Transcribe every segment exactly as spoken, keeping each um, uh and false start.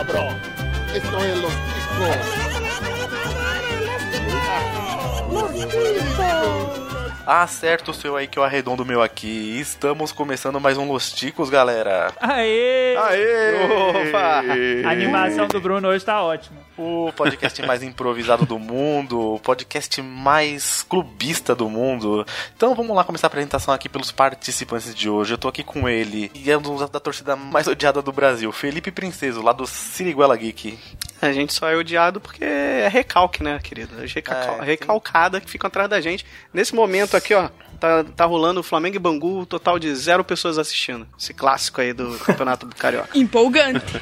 cabrón. Esto es Los Ticos. Los Ticos. Acerta o seu aí que eu arredondo o meu aqui. Estamos começando mais um Los Ticos, galera. Aê! Aê! Opa! A animação do Bruno hoje tá ótima. O podcast mais improvisado do mundo, o podcast mais clubista do mundo. Então vamos lá começar a apresentação aqui pelos participantes de hoje. Eu tô aqui com ele, e é um da torcida mais odiada do Brasil, Felipe Princeso, lá do Siriguela Geek. A gente só é odiado porque é recalque, né, querido? Recal... É, recalcada que ficam atrás da gente. Nesse momento aqui, ó, tá, tá rolando o Flamengo e Bangu, total de zero pessoas assistindo. Esse clássico aí do Campeonato do Carioca. Empolgante.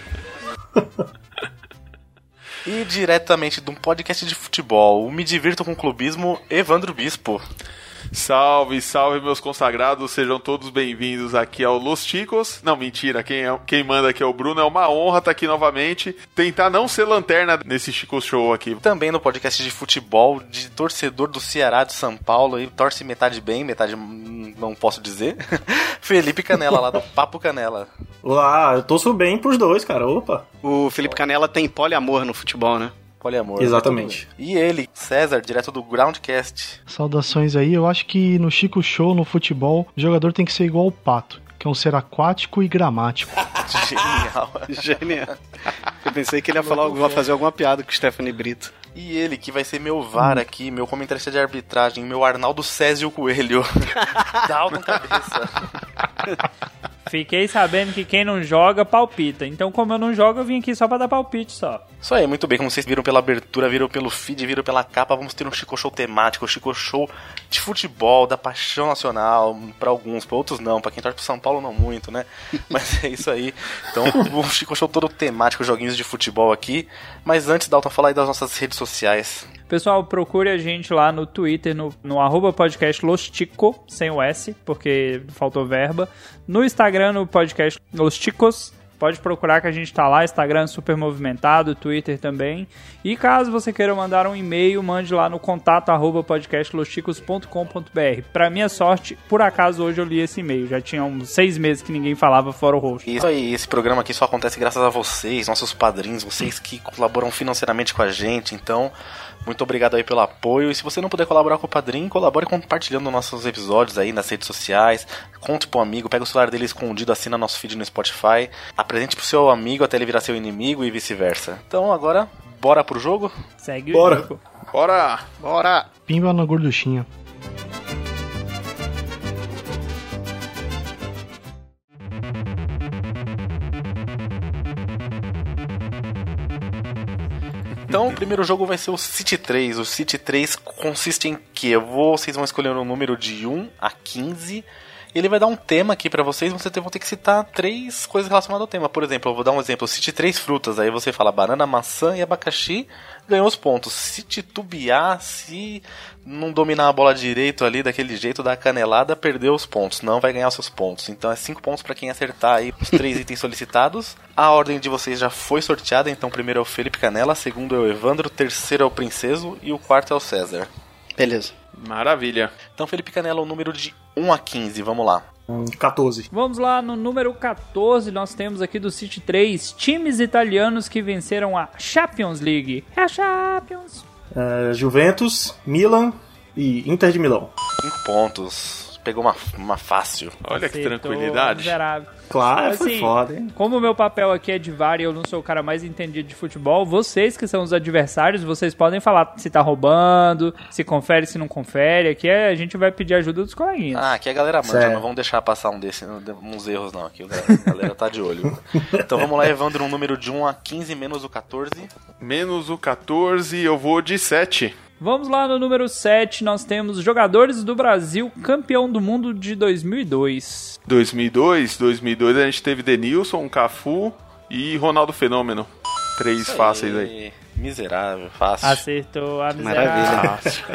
E diretamente de um podcast de futebol, o Me Divirto com Clubismo, Evandro Bispo. Salve, salve meus consagrados, sejam todos bem-vindos aqui ao Los Ticos. Não, mentira, quem, é, quem manda aqui é o Bruno, é uma honra estar aqui novamente. Tentar não ser lanterna nesse Chico Show aqui. Também no podcast de futebol, de torcedor do Ceará, de São Paulo, e torce metade bem, metade não posso dizer. Felipe Canela, lá do Papo Canela. Olá, eu torço bem pros dois, cara, opa. O Felipe Canela tem poliamor no futebol, né? Poliamor. Exatamente. E ele, César, direto do Groundcast. Saudações aí, eu acho que no Chico Show, no futebol, o jogador tem que ser igual o pato, que é um ser aquático e gramático. Genial. Genial. Eu pensei que ele ia falar, ia fazer alguma piada com o Stephanie Brito. E ele, que vai ser meu V A R aqui, meu comentarista de arbitragem, meu Arnaldo Césio Coelho. Dalton Cabeça. Fiquei sabendo que quem não joga, palpita. Então, como eu não jogo, eu vim aqui só pra dar palpite só. Isso aí, muito bem. Como vocês viram pela abertura, viram pelo feed, viram pela capa, vamos ter um Chico Show temático, um Chico Show de futebol, da paixão nacional, pra alguns, pra outros não. Pra quem torce pro São Paulo, não muito, né? Mas é isso aí. Então, um Chico Show todo temático, joguinhos de futebol aqui. Mas antes, Dalton, falar aí das nossas redes sociais. Pessoal, procure a gente lá no Twitter, no, no arroba podcast Los Tico, sem o S, porque faltou verba. No Instagram, no podcast Los Ticos. Pode procurar que a gente tá lá, Instagram super movimentado, Twitter também. E caso você queira mandar um e-mail, mande lá no contato arroba podcastlosticos ponto com ponto b r. Pra minha sorte, por acaso hoje eu li esse e-mail. Já tinha uns seis meses que ninguém falava fora o host. Isso aí, esse programa aqui só acontece graças a vocês, nossos padrinhos, vocês que colaboram financeiramente com a gente. Então, muito obrigado aí pelo apoio. E se você não puder colaborar com o padrinho, colabore compartilhando nossos episódios aí nas redes sociais. Conte pro amigo, pega o celular dele escondido, assina nosso feed no Spotify. Apresente pro seu amigo até ele virar seu inimigo e vice-versa. Então agora, bora pro jogo? Segue Bora. o jogo. Bora! Bora! Pimba na gorduchinha. Então o primeiro jogo vai ser o City três. O City três consiste em que? Eu vou, vocês vão escolher um número de um a quinze. Ele vai dar um tema aqui pra vocês. Vocês vão ter que citar três coisas relacionadas ao tema. Por exemplo, eu vou dar um exemplo. Cite três frutas. Aí você fala banana, maçã e abacaxi. Ganhou os pontos. Se titubear, se não dominar a bola direito ali, daquele jeito, da canelada, perdeu os pontos. Não vai ganhar os seus pontos. Então é cinco pontos pra quem acertar aí os três itens solicitados. A ordem de vocês já foi sorteada. Então primeiro é o Felipe Canela, segundo é o Evandro, terceiro é o Princeso e o quarto é o César. Beleza. Maravilha. Então Felipe Canela, o número de um a quinze. Vamos lá. quatorze. Vamos lá, no número quatorze, nós temos aqui do City três, times italianos que venceram a Champions League. É a Champions. É, Juventus, Milan e Inter de Milão. cinco pontos. Pegou uma, uma fácil. Olha que Acertou, tranquilidade. miserável. Claro, foi Assim, foda, hein? como o meu papel aqui é de V A R e eu não sou o cara mais entendido de futebol, vocês que são os adversários, vocês podem falar se tá roubando, se confere, se não confere. Aqui é, a gente vai pedir ajuda dos coleguinhas. Ah, aqui a galera manja, Certo. não vamos deixar passar um desses, uns erros não. Aqui a galera tá de olho. Então vamos lá, Evandro, um número de um a quinze menos o quatorze. Menos o quatorze, eu vou de sete. Vamos lá no número sete, nós temos jogadores do Brasil campeão do mundo de dois mil e dois. dois mil e dois, dois mil e dois a gente teve Denilson, Cafu e Ronaldo Fenômeno. Três Isso fáceis aí. Miserável, fácil. Acertou a miserável.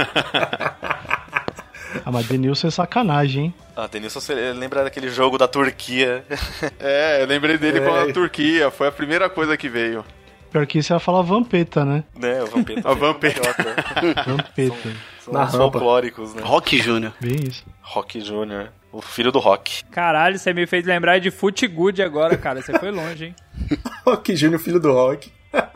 Ah, mas Denilson é sacanagem, hein? Ah, Denilson, você lembra daquele jogo da Turquia? É, eu lembrei dele É. com a Turquia, foi a primeira coisa que veio. Pior que isso ia falar Vampeta, né? Né, o Vampeta. A Vampeta. Vampeta. São Na os rampa. folclóricos, né? Rock Júnior. Bem isso. Rock Júnior. O filho do Rock. Caralho, você me fez lembrar de Fute Good agora, cara. Você foi longe, hein? Rock Júnior, filho do Rock.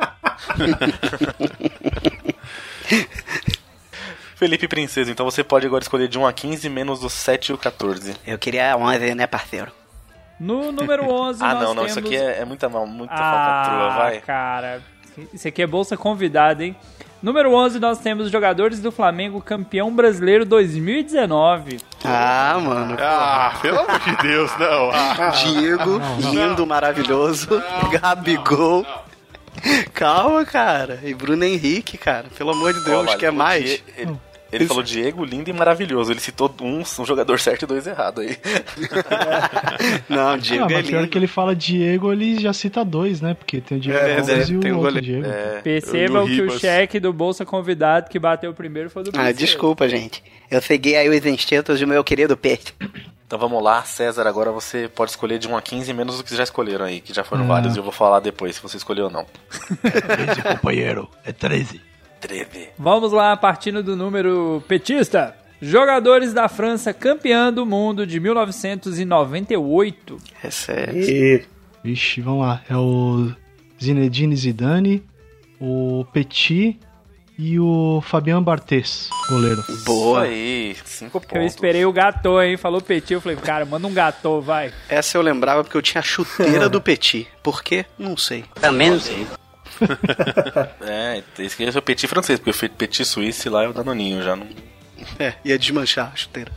Felipe Princesa, então você pode agora escolher de um a quinze, menos o sete e o quatorze. Eu queria onze, né, parceiro? No número onze, Ah, nós não, não, temos... isso aqui é, é muita, muita ah, falcatrua, vai. cara, isso aqui é bolsa convidada, hein? Número onze, nós temos os jogadores do Flamengo campeão brasileiro dois mil e dezenove. Ah, mano. Ah, pelo amor de Deus, não. Ah, Diego, lindo, maravilhoso. Gabigol. Calma, cara. E Bruno Henrique, cara. Pelo amor de Deus, Ó, vale, quer o mais? Die- Ele, ele falou Diego, lindo e maravilhoso. Ele citou um, um jogador certo e dois errado aí. Não, Diego Ah, é mas pior lindo. que ele fala Diego, ele já cita dois, né? Porque tem o Diego É, Alves é, e o tem o outro goleiro. Diego. É, Percebam o que o Ribas. cheque do Bolsa Convidado que bateu primeiro foi do Ah, Princesa. desculpa, gente. Eu segui aí os instintos do meu querido peixe. então vamos lá, César, agora você pode escolher de um a quinze, menos o que vocês já escolheram aí, que já foram Ah. vários, e eu vou falar depois se você escolheu ou não. treze, companheiro. É treze. treze. Vamos lá, partindo do número petista. Jogadores da França campeã do mundo de mil novecentos e noventa e oito. É sério. E Vixe, vamos lá. É o Zinedine Zidane, o Petit e o Fabien Barthez, goleiro. Boa. Isso aí, cinco pontos. Eu esperei o Gatô, hein? Falou Petit, eu falei, cara, manda um Gatô, vai. Essa eu lembrava porque eu tinha a chuteira do Petit. Por quê? Não sei. Também não sei. É, esse aqui é o Petit francês, porque o Petit suíço lá é o Danoninho, já não... É, ia desmanchar a chuteira.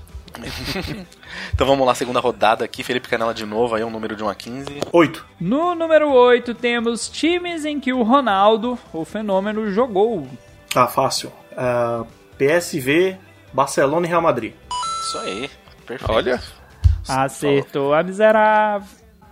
Então vamos lá, segunda rodada aqui, Felipe Canela de novo, aí um número de um a quinze. oito. No número oito temos times em que o Ronaldo, o fenômeno, jogou. Ah, fácil. Ah, P S V, Barcelona e Real Madrid. Isso aí, perfeito. olha. Acertou a miserável.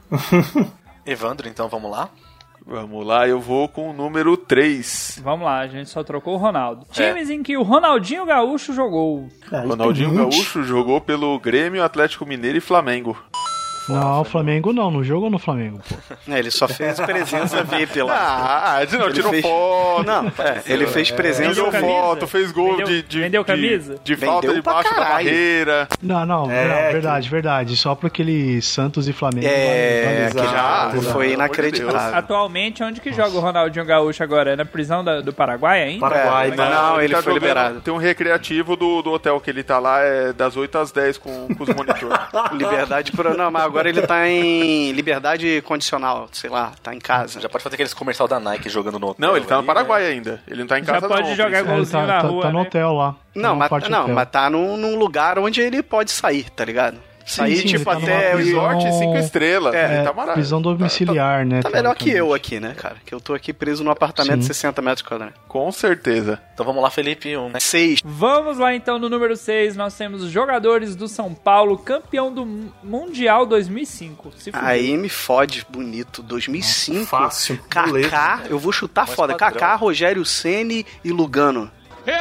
Evandro, então vamos lá. Vamos lá, eu vou com o número três. Vamos lá, a gente só trocou o Ronaldo. É. Times em que o Ronaldinho Gaúcho jogou. Ah, Ronaldinho tem vinte. Gaúcho jogou pelo Grêmio, Atlético Mineiro e Flamengo. Não, o Flamengo não, não jogou no Flamengo, pô. É, ele só fez presença V I P lá. Ah, de não, Ele tirou fez- foto. Não, é, ele fez presença Tirou Vendeu V I P. camisa? foto, fez gol Vendeu- de, de, vendeu de- camisa? de, falta Vendeu pra debaixo da caralho. barreira. Não, não, É, não, que- verdade, verdade. Só pra aquele Santos e Flamengo. É, vale- que vale- já Exato, foi exato. inacreditável. Atualmente, onde que joga o Ronaldinho Gaúcho agora? É na prisão da- do Paraguai ainda? Paraguai, É, tá? não, ele tá foi jogando- liberado. Tem um recreativo do, do hotel que ele tá lá, é das oito às dez com, com os monitores. Liberdade por... Não, mas agora ele tá em liberdade condicional, sei lá, tá em casa. Já pode fazer aqueles comercial da Nike jogando no hotel. Não, ele tá no ali, Paraguai né? ainda. Ele não tá em Já casa pode não. jogar É, ele golzinho tá, na tá- rua, tá no né? hotel lá. Não, Tá na mas, parte não hotel. mas tá num, num lugar onde ele pode sair, tá ligado? Sair, sim, tipo, ele tá até... numa prisão- Resort cinco estrelas. É, ele tá maravilhoso. Prisão domiciliar, né? Tá melhor que eu teoricamente. aqui, né, cara? Que eu tô aqui preso num apartamento Sim. de sessenta metros quadrados. Com certeza. Então vamos lá, Felipe. Um, né? Seis. Vamos lá então no número seis, nós temos os jogadores do São Paulo, campeão do Mundial dois mil e cinco. Se fudeu. Aí me fode bonito. dois mil e cinco. Fácil. Beleza. Kaká, eu vou chutar Mais foda. padrão. Kaká, Rogério Ceni e Lugano.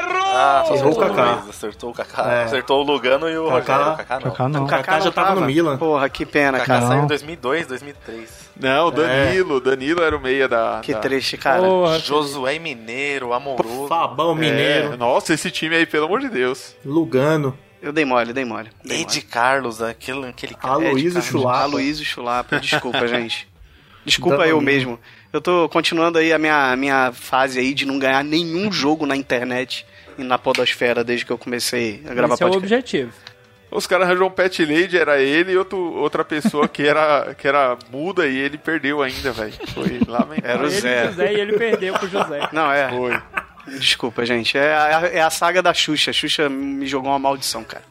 Ah, só Errou acertou o Kaká. dois. Acertou o Kaká. É. Acertou o Lugano e o Kaká- Rogério. O Kaká não. Kaká não. O Kaká já tava no Milan. Porra, que pena, O Kaká cara. saiu em Não. dois mil e dois, dois mil e três. Não, Danilo. Danilo era o meia da... Que da... triste, cara. Porra, Josué Mineiro, amoroso. Fabão Mineiro, É, nossa, esse time aí, pelo amor de Deus. Lugano, Eu dei mole, dei mole. Dei Ed Carlos, aquele, aquele cara. Aloysio Ed Carlos. Chulapa. Aloysio Chulapa, desculpa, gente. Desculpa eu Danoninho. mesmo. Eu tô continuando aí a minha, minha fase aí de não ganhar nenhum jogo na internet e na podosfera desde que eu comecei a gravar esse é o podcast. objetivo. Os caras arranjou um pet lady, era ele e outro, outra pessoa que era, que era muda e ele perdeu ainda, velho. Foi lamentável. Era o Ele, Zé. José, e ele perdeu pro José. Não, é. Foi. Desculpa, gente. É a, é a saga da Xuxa. A Xuxa me jogou uma maldição, cara.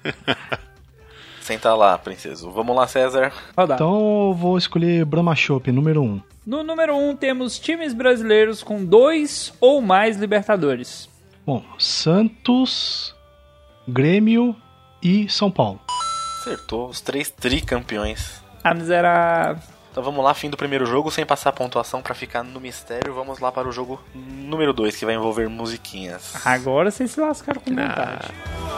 Senta lá, princesa. Vamos lá, César. Rodar. Então eu vou escolher Brahma Chopp, número um. No número um temos times brasileiros com dois ou mais Libertadores. Bom, Santos, Grêmio e São Paulo. Acertou os três tricampeões. A miserável. Então vamos lá, fim do primeiro jogo, sem passar a pontuação pra ficar no mistério. Vamos lá para o jogo número dois, que vai envolver musiquinhas. Agora vocês se lascaram com vontade.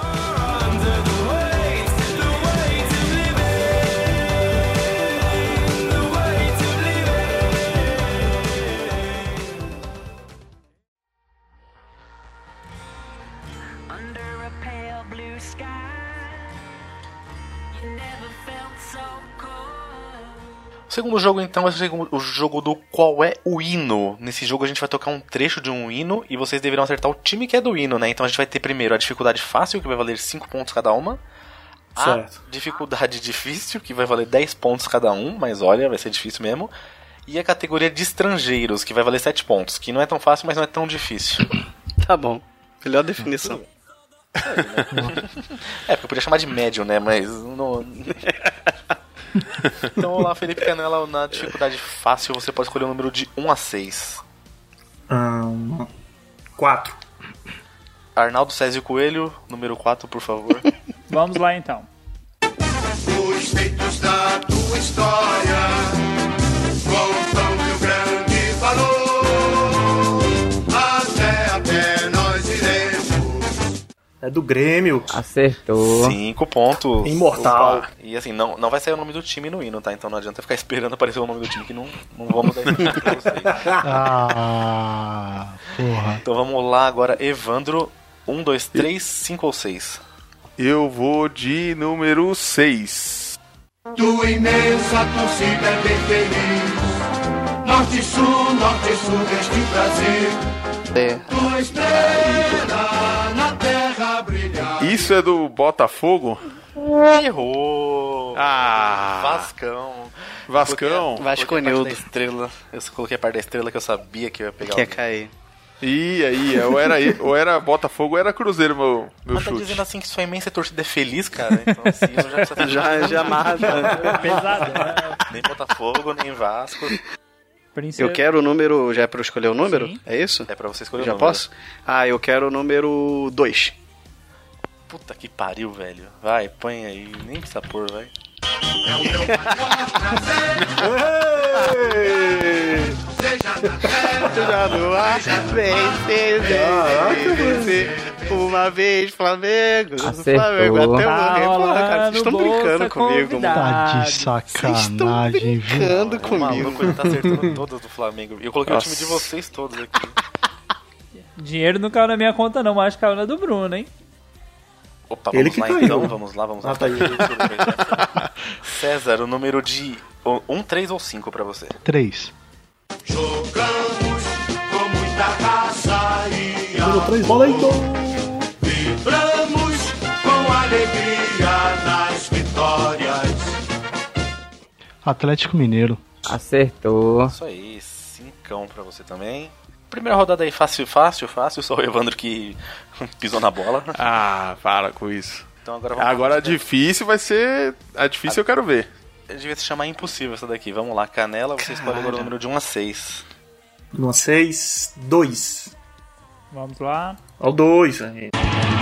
Under a pale blue sky, you never felt so cold. O segundo jogo, então, é o jogo do Qual é o Hino. Nesse jogo a gente vai tocar um trecho de um hino e vocês deverão acertar o time que é do hino, né? Então a gente vai ter primeiro a dificuldade fácil, que vai valer cinco pontos cada uma. Certo. A dificuldade difícil, que vai valer dez pontos cada um, mas olha, vai ser difícil mesmo. E a categoria de estrangeiros, que vai valer sete pontos, que não é tão fácil, mas não é tão difícil. Tá bom. Melhor definição. É, porque eu podia chamar de médio, né? Mas não... Então vamos lá, Felipe Canela, na dificuldade fácil você pode escolher o número de um a seis. Um, quatro. Arnaldo Césio Coelho, número quatro, por favor. Vamos lá então. Os feitos da tua história contam meu grande valor. Até, até nós iremos. É do Grêmio. Acertou. Cinco pontos. Imortal. Opa. E assim, não, não vai sair o nome do time no hino, tá? Então não adianta ficar esperando aparecer o nome do time, que não, não vamos dar isso pra vocês. Ah, porra. Então vamos lá agora, Evandro. Um, dois, três, cinco ou seis? Eu vou de número seis. Tua imensa torcida é bem feliz. Norte e sul, norte e sul deste Brasil. É. Tua estrela na terra brilhar. Isso é do Botafogo? Errou! Ah! Vascão. Vascão? Vasconildo. Da estrela. Eu coloquei a parte da estrela que eu sabia que eu ia pegar. Quer alguém. cair. Ih, aí, ou era, ou era Botafogo ou era Cruzeiro, meu, meu Mas tá chute. dizendo assim que sua imensa torcida é feliz, cara. Então assim, eu já... Já, já mata. Pesado, né? Nem Botafogo, nem Vasco. Princesa. Eu quero o número... Já é pra eu escolher o número? Sim. É isso? É pra você escolher Já o número. posso? Ah, eu quero o número dois. Puta que pariu, velho. Vai, põe aí. Nem precisa pôr, vai. Já no ar, vencer, vencer. Uma vez Flamengo, Acertou. Flamengo até Tá morrer. Porra, cara, rolando vocês estão bolsa brincando comigo, convidado. mano. Tá de Vocês estão sacanagem, viu? brincando O comigo. maluco, ele tá acertando todas do Flamengo. Eu coloquei Nossa. o time de vocês todos aqui. Dinheiro não caiu na minha conta não, mas caiu na do Bruno, hein? Opa, Ele vamos que lá caiu. então, vamos lá, vamos lá. Ah, tá aí. César, o número de um, três ou cinco pra você? Três. Jogamos com muita raça e Número três, bola aí, gol. vibramos com alegria nas vitórias. Atlético Mineiro. Acertou. Isso aí, cincão pra você também. Primeira rodada aí, fácil, fácil, fácil. Só o Evandro que pisou na bola. Ah, para com isso. Então agora vamos Agora a difícil vai ser... A difícil eu quero ver. Devia se chamar impossível essa daqui. Vamos lá, Canela, você escolhe agora o número de um a seis. No seis, dois. Vamos lá. Ao dois. Aí.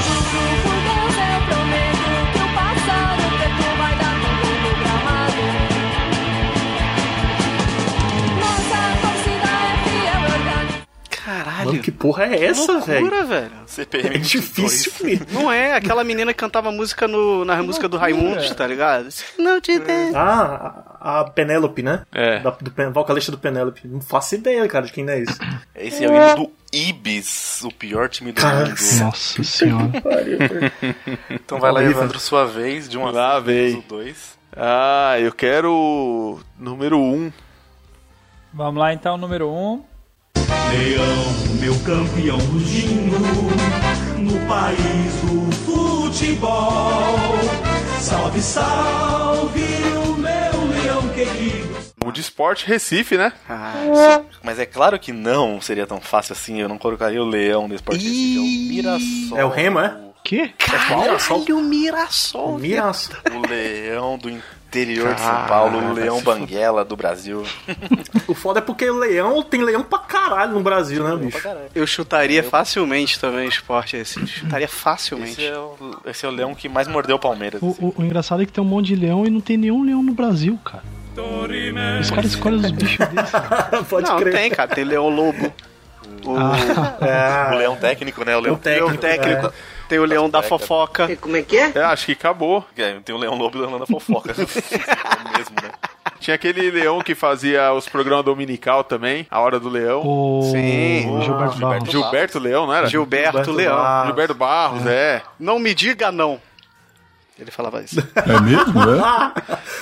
Caralho. Mano, que porra é essa, velho? Loucura, velho. C P M É difícil mesmo. Não é aquela menina que cantava música no, na música do Raimundos, tá ligado? Não te dê. Ah, a, a Penélope, né? É. Da, do Pen- vocalista do Penélope. Não faço ideia, cara, de quem é isso. Esse é o hino do Ibis, o pior time do Caraca. mundo. Nossa senhora. Então vai lá, Horrível. Evandro, sua vez, de um a Lá seis, vem. o dois. Ah, eu quero o número um. Vamos lá então, número um. Leão, meu campeão rugindo, no país do futebol. Salve, salve o meu leão querido. O de esporte Recife, né? Mas é claro que não seria tão fácil assim, eu não colocaria o leão no esporte Recife, é o Mirassol. É o Remo, é? Que? Caralho, Mirassol. Mirassol. O leão do interior de São Paulo, o leão banguela do Brasil. O foda é porque o leão tem leão pra caralho no Brasil, né, bicho? Eu chutaria facilmente também esporte esse. Chutaria facilmente. Esse é, o, esse é o leão que mais mordeu o Palmeiras. O, assim. o- o engraçado é que tem um monte de leão e não tem nenhum leão no Brasil, cara. Os caras escolhem os bichos desses. Pode Não, crer. tem, cara. Tem leão lobo. O, Ah, O leão técnico, né? O leão o técnico. leão técnico. Tem o leão da fofoca. Como é que é? É, acho que acabou. É, tem o leão lobo e o leão da fofoca. É o mesmo, né? Tinha aquele leão que fazia os programas dominical também, A Hora do Leão. O Sim. o Gilberto Ah, Barros. Gilberto Leão, não era? Gilberto, Gilberto Leão. Barros. Gilberto Barros, é. Não me diga não. Ele falava isso. É mesmo, é?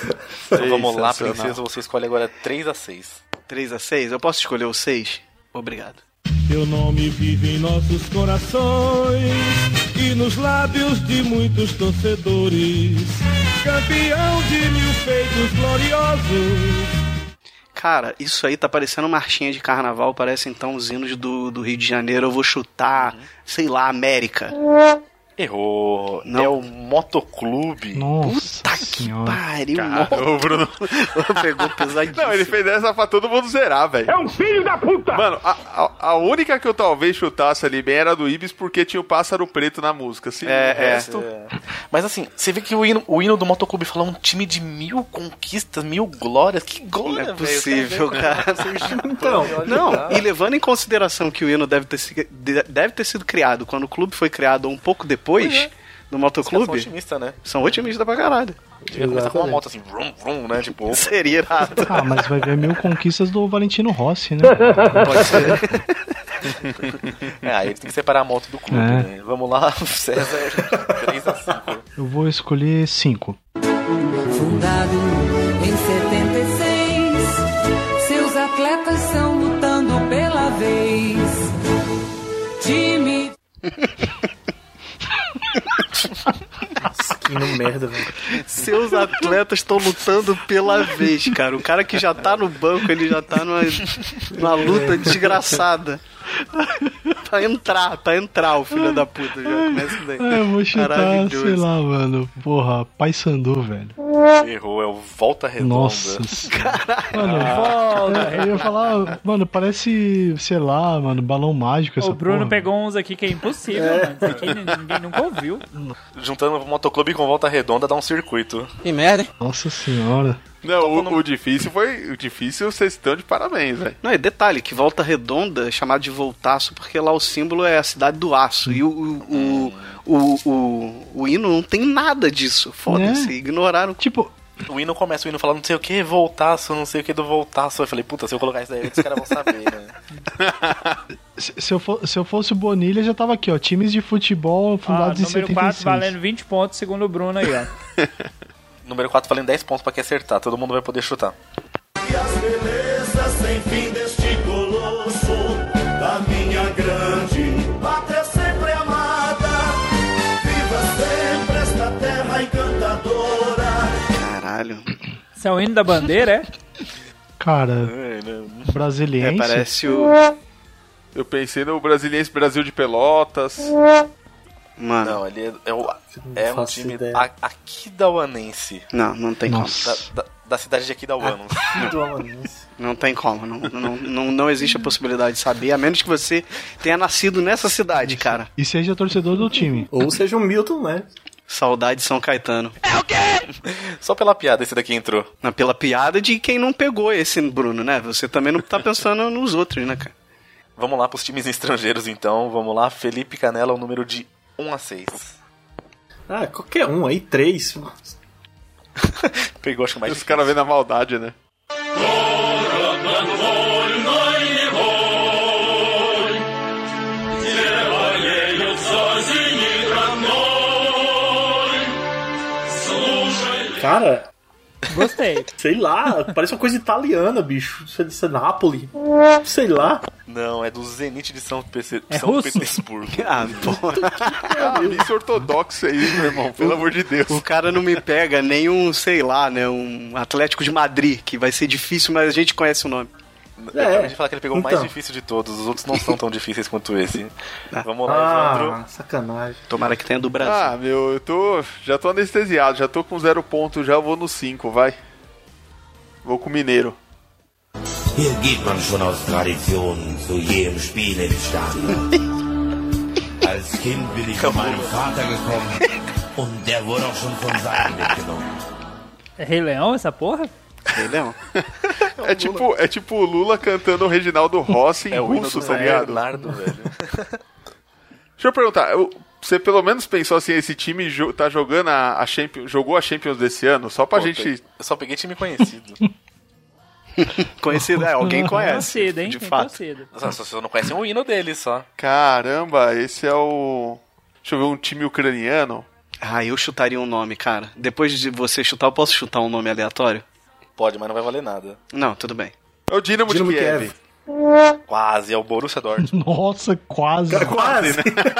Então vamos lá, Sensacional. princesa, você escolhe agora três a seis. três a seis? Eu posso escolher o seis? Obrigado. Teu nome vive em nossos corações e nos lábios de muitos torcedores. Campeão de mil feitos gloriosos. Cara, isso aí tá parecendo marchinha de carnaval, parece então os hinos do, do Rio de Janeiro. Eu vou chutar, sei lá, América. Errou. Não. É o Motoclube. Nossa Puta que senhora. pariu, Cara, o Bruno. Pegou pesadíssimo. Não, ele fez essa pra todo mundo zerar, velho. É um filho da puta! Mano, a, a, a única que eu talvez chutasse ali bem era a do Ibis, porque tinha o Pássaro Preto na música. Assim, É, o resto... É. Mas assim, você vê que o hino, o hino do Motoclube fala um time de mil conquistas, mil glórias. Que glória, Não é velho. possível, cara. Então, Não, e levando em consideração que o hino deve ter, se- de- deve ter sido criado quando o clube foi criado um pouco depois do São Motoclube, otimistas, né? são otimistas pra caralho. Devia começar com uma moto assim, vrum, vrum, né? Tipo, Seria irado. Ah, mas vai ver mil conquistas do Valentino Rossi, né? Pode ser. é, aí tem que separar a moto do clube, É. né? Vamos lá, César, três a cinco. Eu vou escolher cinco. Fundado em setenta e seis, seus atletas são lutando pela vez. Time. que no merda, velho. Seus atletas estão lutando pela vez, cara. O cara que já tá no banco, ele já tá numa, numa luta desgraçada. Pra entrar, pra entrar o filho da puta. Já começa daí. Ah, eu vou chutar, Maravilhoso. sei lá, mano. Porra, Paysandu, velho. Errou, é o Volta Redonda. Nossa. Mano, eu ia falar, mano, parece, sei lá, mano, balão mágico essa O Bruno porra. pegou uns aqui que é impossível, mano. Isso aqui ninguém nunca ouviu. Juntando o Motoclube com Volta Redonda dá um circuito. Que merda, hein? Nossa senhora. Não, o, o difícil foi. O difícil, vocês estão de parabéns, velho. Não, e detalhe, que Volta Redonda é chamado de Voltaço porque lá o símbolo é a cidade do aço. E o, o, o, o, o, o hino não tem nada disso. Foda-se, É. ignoraram. Tipo, O hino começa o hino falando não sei o que, voltaço, não sei o que do voltaço. Eu falei, puta, se eu colocar isso daí, os caras vão saber, né? se, se eu for, se eu fosse o Bonilha, já tava aqui, ó. Times de futebol Ó, fundados em número setenta e quatro seis. valendo vinte pontos, segundo o Bruno aí, ó. Número quatro valendo dez pontos pra quem acertar, todo mundo vai poder chutar. E as belezas sem fim deste colosso, da minha grande pátria sempre amada. Viva sempre esta terra encantadora. Caralho. Esse é o hino da bandeira, é? Cara, É, né? brasiliense. É, parece o. Eu pensei no Brasiliense Brasil de Pelotas. Mano, Não, ele é, é, o, é um faço time ideia. a- aquidauanense. não, não tem Nossa. Da, da, da cidade de Aquidauanos. Do Alanis. como. Não tem como. Não, não, não, não existe a possibilidade de saber, a menos que você tenha nascido nessa cidade, cara. E seja torcedor do time. Ou seja o Milton, né? Saudade São Caetano. Só pela piada esse daqui entrou. Não, pela piada de quem não pegou esse Bruno, né? Você também não tá pensando nos outros, né, cara? Vamos lá pros times estrangeiros então. Vamos lá, Felipe Canela, o número de um a seis. Ah, qualquer um aí, três. Pegou, acho que mais Os caras vêm na maldade, né? Cara, Gostei. sei lá, parece uma coisa italiana, bicho. Isso é de ser Nápoles. Sei lá. Não, é do Zenit de São, Pece... É São russo? Petersburgo. Ah, porra. Ah, missa ortodoxa aí, meu irmão, pelo amor de Deus. O cara não me pega nem um, sei lá, né? Um Atlético de Madrid, que vai ser difícil, mas a gente conhece o nome. Eu acabei de falar que ele pegou o mais então. difícil de todos. Os outros não são tão difíceis quanto esse. Ah. Vamos lá, Evandro. Ah, sacanagem. Tomara que tenha do Brasil. Ah, meu, eu tô. Já tô anestesiado, já tô com zero ponto, já vou no cinco, vai. Vou com o Mineiro. Hier geht man schon aus Tradition zu jedem Spiel in Stadion. Als Kind bin ich von meinem Vater gekommen und der wurde auch schon von Seiten mitgenommen. É Rei Leão essa porra? Rei Leão. É tipo, é tipo o Lula cantando o Reginaldo Rossi em É o hino russo, do tá ligado? Bernardo, velho. Deixa eu perguntar, eu- você pelo menos pensou assim, esse time jo- tá jogando a, a Champions, jogou a Champions desse ano? Só pra Pô, gente... Eu só peguei time conhecido. Conhecido, é, alguém conhece. Conhecido, hein? De Tem fato. conhecido. Só, só, só não conhecem o hino dele, só. Caramba, esse é o... Deixa eu ver, um time ucraniano. Ah, eu chutaria um nome, cara. Depois de você chutar, eu posso chutar um nome aleatório? Pode, mas não vai valer nada. Não, tudo bem. É o Dinamo, Dinamo de Kiev. Kiev. Quase, é o Borussia Dortmund. Nossa, quase. Cara, quase.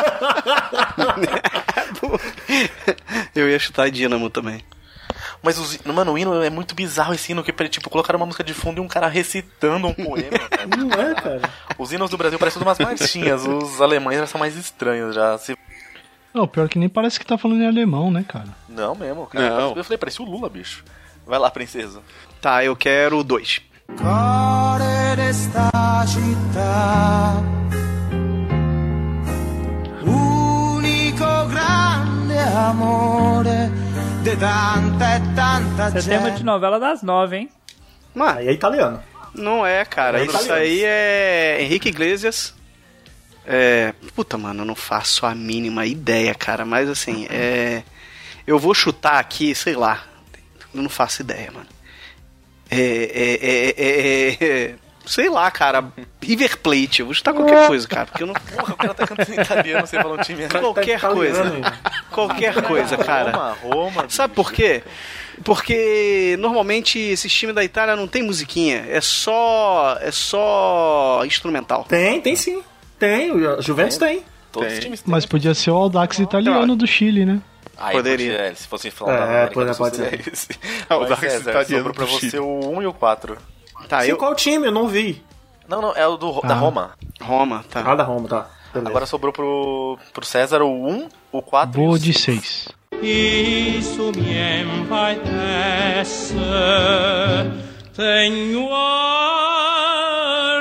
Eu ia chutar Dinamo também. Mas, os, mano, o hino é muito bizarro esse hino, que tipo, colocaram uma música de fundo e um cara recitando um poema, cara. Não é, cara. Os hinos do Brasil parecem umas marchinhas, os alemães já são mais estranhos, já. Se... Não, pior que nem parece que tá falando em alemão, né, cara? Não mesmo, cara. Não. Eu falei, parece o Lula, bicho. Vai lá, princesa. Tá, eu quero dois. Cuore desta città, unico grande amore de tanta e tanta Esse é tema de novela das nove, hein? Mano, Aí é italiano. não é, cara. É Isso italiano. aí é Henrique Iglesias. É. Puta, mano, eu não faço a mínima ideia, cara. Mas assim, é. Eu vou chutar aqui, sei lá. Eu não faço ideia, mano. É. É. É. é, é sei lá, cara. River Plate. Eu vou chutar qualquer coisa, cara. Porque eu não. Porra, o cara tá cantando em italiano, você falou um time. Qualquer Tá coisa. italiano. Qualquer coisa, cara. Roma, Roma. Sabe por quê? Porque normalmente esses times da Itália não tem musiquinha. É só. É só instrumental. Tem, tem sim. Tem, o Juventus tem. Todos Tem. os times têm. Mas podia ser o Audax italiano do Chile, né? Aí Poderia. podia, é, se fosse falar É, da América pode- do Sul, pode seria ser. esse. Ah, o Vai, Dax César, italiano sobrou pra do você Chile. o um e o quatro. Tá, Sim, eu. qual time? Eu não vi. Não, não, é o do, da Ah. Roma. Roma, tá. Ah, da Roma, tá. Beleza. Agora sobrou pro, pro César o um, o quatro Vou e o de cinco. seis. Isso me empalidece, tenho a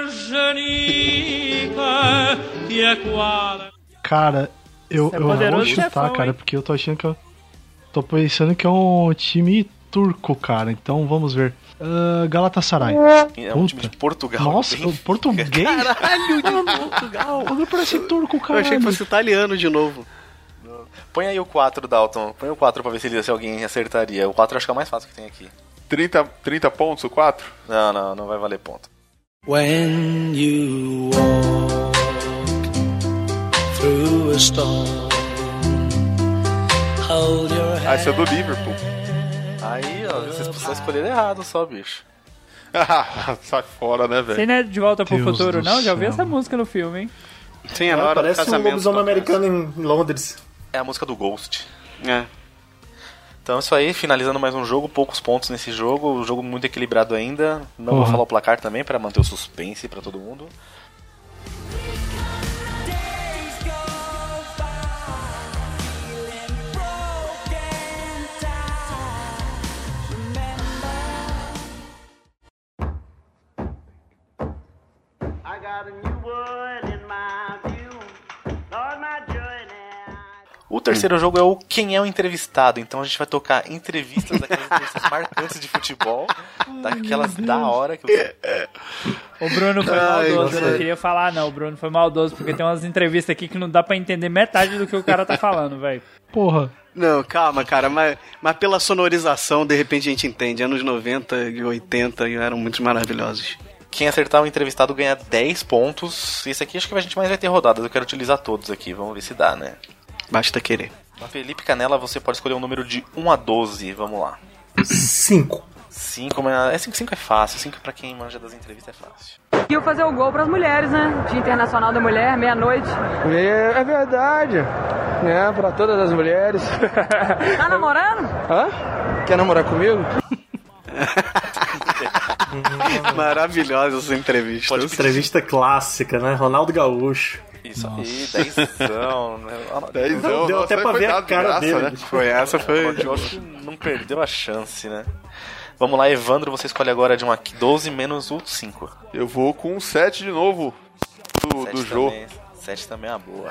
genica que é qual. Cara, eu, Você é eu vou poderoso chutar, chefão, cara, hein? porque eu tô achando que eu. Tô pensando que é um time turco, cara. Então vamos ver. Ah, Galatasaray. É um time de Portugal. Nossa, bem- o português? Caralho, de Portugal. Não parece turco, Eu cara. achei que fosse italiano de novo. Põe aí o quatro, Dalton. Põe o quatro pra ver se, ele- se alguém acertaria. O quatro eu acho que é o mais fácil que tem aqui. trinta, trinta pontos, o quatro? Não, não, não vai valer ponto. When you walk through a storm, hold your Ah, esse é do Liverpool. Aí, ó, vocês só escolheram errado só, bicho. Sai fora, né, Você velho? não é De Volta pro Deus Futuro, do não? Já ouvi céu. essa música no filme, hein? Tem a É, hora do parece um casamento. lobisomem toca americano em Londres. É a música do Ghost. essa. É. Então isso aí, finalizando mais um jogo, poucos pontos nesse jogo, o jogo muito equilibrado ainda. Não vou Uhum. falar o placar também pra manter o suspense pra todo mundo. O terceiro jogo é o Quem é o Entrevistado. Então a gente vai tocar entrevistas, daquelas entrevistas marcantes de futebol, daquelas da hora que você... O Bruno foi Ai, maldoso, eu não nossa. queria falar não, o Bruno foi maldoso, porque tem umas entrevistas aqui que não dá pra entender metade do que o cara tá falando, velho. Porra. Não, calma, cara, mas, mas pela sonorização, de repente a gente entende. Anos noventa e oitenta eram muito maravilhosos. Quem acertar o entrevistado ganha dez pontos. Esse aqui acho que a gente mais vai ter rodadas, eu quero utilizar todos aqui, vamos ver se dá, né? Basta querer. Felipe Canela, você pode escolher um número de um a doze, vamos lá. Cinco. cinco, mas é cinco, cinco é fácil, cinco pra quem manja das entrevistas é fácil. E fazer o gol pras mulheres, né? Dia Internacional da Mulher, meia-noite. É, é verdade, né? Pra todas as mulheres. Tá namorando? Hã? Quer namorar comigo? Maravilhosa essa entrevista. Pode Entrevista clássica, né? Ronaldo Gaúcho. Isso aí, dezão, né? Dezão, Deu nossa, até aí pra foi ver a dado de cara graça, dele. né? Foi essa, foi. Eu acho que não perdeu a chance, né? Vamos lá, Evandro, você escolhe agora de um aqui, doze menos o cinco. Eu vou com um sete de novo do, do jogo. sete também é uma boa.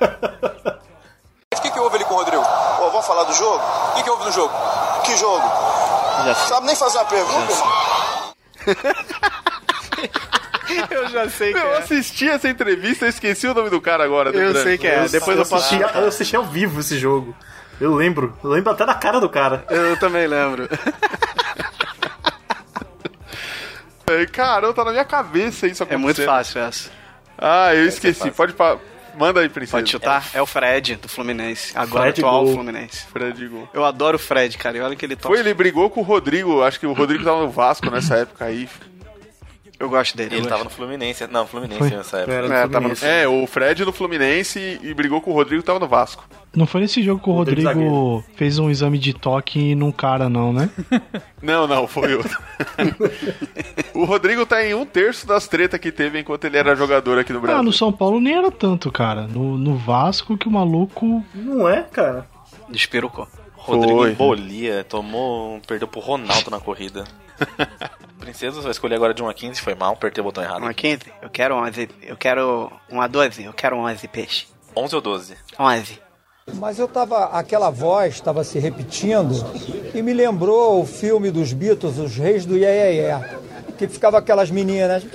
O que, que houve ali com o Rodrigo? Pô, vamos falar do jogo? O que, que houve no jogo? Que jogo? Já sei. Sabe nem fazer uma pergunta, irmão? Eu já sei que Eu é. assisti essa entrevista e esqueci o nome do cara agora. do Eu branco. sei que é. Depois eu eu posso. assisti, eu assisti ao vivo esse jogo. Eu lembro. Eu lembro até da cara do cara. Eu também lembro. É, Caramba, tá na minha cabeça isso É muito acontecendo. fácil essa. Ah, eu esqueci. fácil. Pode pa- Manda aí, princesa. Pode chutar? É o Fred, do Fluminense. Agora Fred atual gol. Fluminense. Fred gol. Eu adoro o Fred, cara. E olha que ele toca. Foi, ele brigou com o Rodrigo. Acho que o Rodrigo tava no Vasco nessa época aí. Eu gosto dele. Ele eu tava gosto. no Fluminense. Não, Fluminense Foi. nessa época. É, é, tava no... é, o Fred no Fluminense e brigou com o Rodrigo que tava no Vasco. Não foi nesse jogo que o Rodrigo Rodrigo fez um exame de toque num cara, não, né? Não, não, foi outro. O Rodrigo tá em um terço das tretas que teve enquanto ele era jogador aqui no Brasil. Ah, no São Paulo nem era tanto, cara. No, no Vasco que o maluco... Não é, cara. Desperucou. Rodrigo Foi. embolia, tomou, perdeu pro Ronaldo na corrida. Princesa, você vai escolher agora de um a quinze, foi mal, apertei o botão errado. um a quinze? Eu quero onze. Eu quero um a doze. Eu quero onze, peixe. onze ou doze? onze. Mas eu tava, aquela voz estava se repetindo e me lembrou o filme dos Beatles, Os Reis do Iê Iê Iê, que ficava aquelas meninas.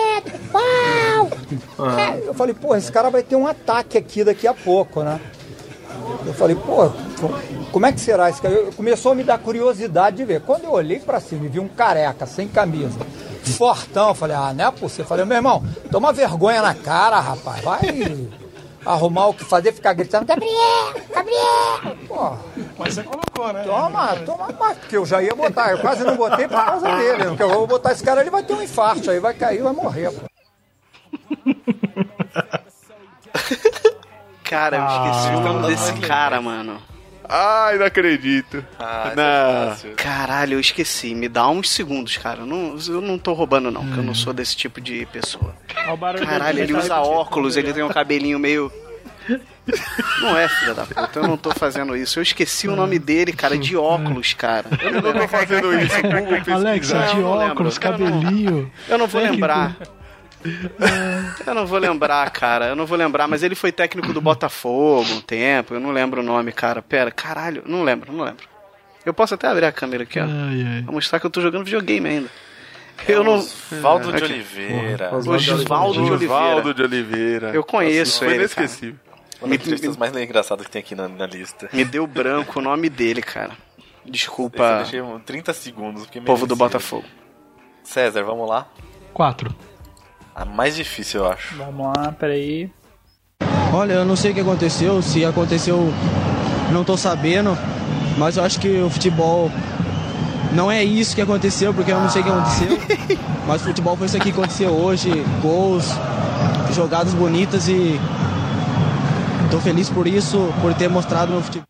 Ah. Eu falei, pô, esse cara vai ter um ataque aqui daqui a pouco, né? Eu falei, pô, como é que será isso? Começou a me dar curiosidade de ver. Quando eu olhei pra cima e vi um careca sem camisa, fortão, eu falei, ah, não é possível. Eu falei, meu irmão, toma vergonha na cara, rapaz, vai arrumar o que fazer, ficar gritando, Gabriel, Gabriel, pô. Mas você colocou, né? Toma, toma mais, porque eu já ia botar, eu quase não botei por causa dele, porque eu vou botar esse cara, ele vai ter um infarto, aí vai cair, vai morrer, pô. Cara, eu esqueci ah, o nome desse cara, mano. Ai, não acredito. Ah, não. É Caralho, eu esqueci. Me dá uns segundos, cara. Eu não, eu não tô roubando, não, hum. porque eu não sou desse tipo de pessoa. Caralho, ele usa óculos, ele tem um cabelinho meio... Não é, filha da puta, eu não tô fazendo isso. Eu esqueci o nome dele, cara, de óculos, cara. Eu não tô fazendo isso. Alex, não, de óculos, cabelinho. Eu não vou lembrar. Eu não vou lembrar, cara. Eu não vou lembrar, mas ele foi técnico do Botafogo um tempo. Eu não lembro o nome, cara. Pera, caralho, não lembro, não lembro. Eu posso até abrir a câmera aqui, ó. Ai, ai. Pra mostrar que eu tô jogando videogame ainda. É eu não. Osvaldo de Oliveira. Osvaldo de Oliveira. Osvaldo de Oliveira. Eu conheço Nossa, ele. Foi inesquecível. Uma das entrevistas mais engraçadas que tem aqui na, na lista. Me deu branco o nome dele, cara. Desculpa. Eu deixei trinta segundos. Povo do Botafogo. César, vamos lá? Quatro. A mais difícil, eu acho. Vamos lá, peraí. Olha, eu não sei o que aconteceu. Se aconteceu, não tô sabendo. Mas eu acho que o futebol não é isso que aconteceu, porque eu não sei o que aconteceu. Mas o futebol foi isso aqui que aconteceu hoje. Gols, jogadas bonitas e... tô feliz por isso, por ter mostrado meu futebol.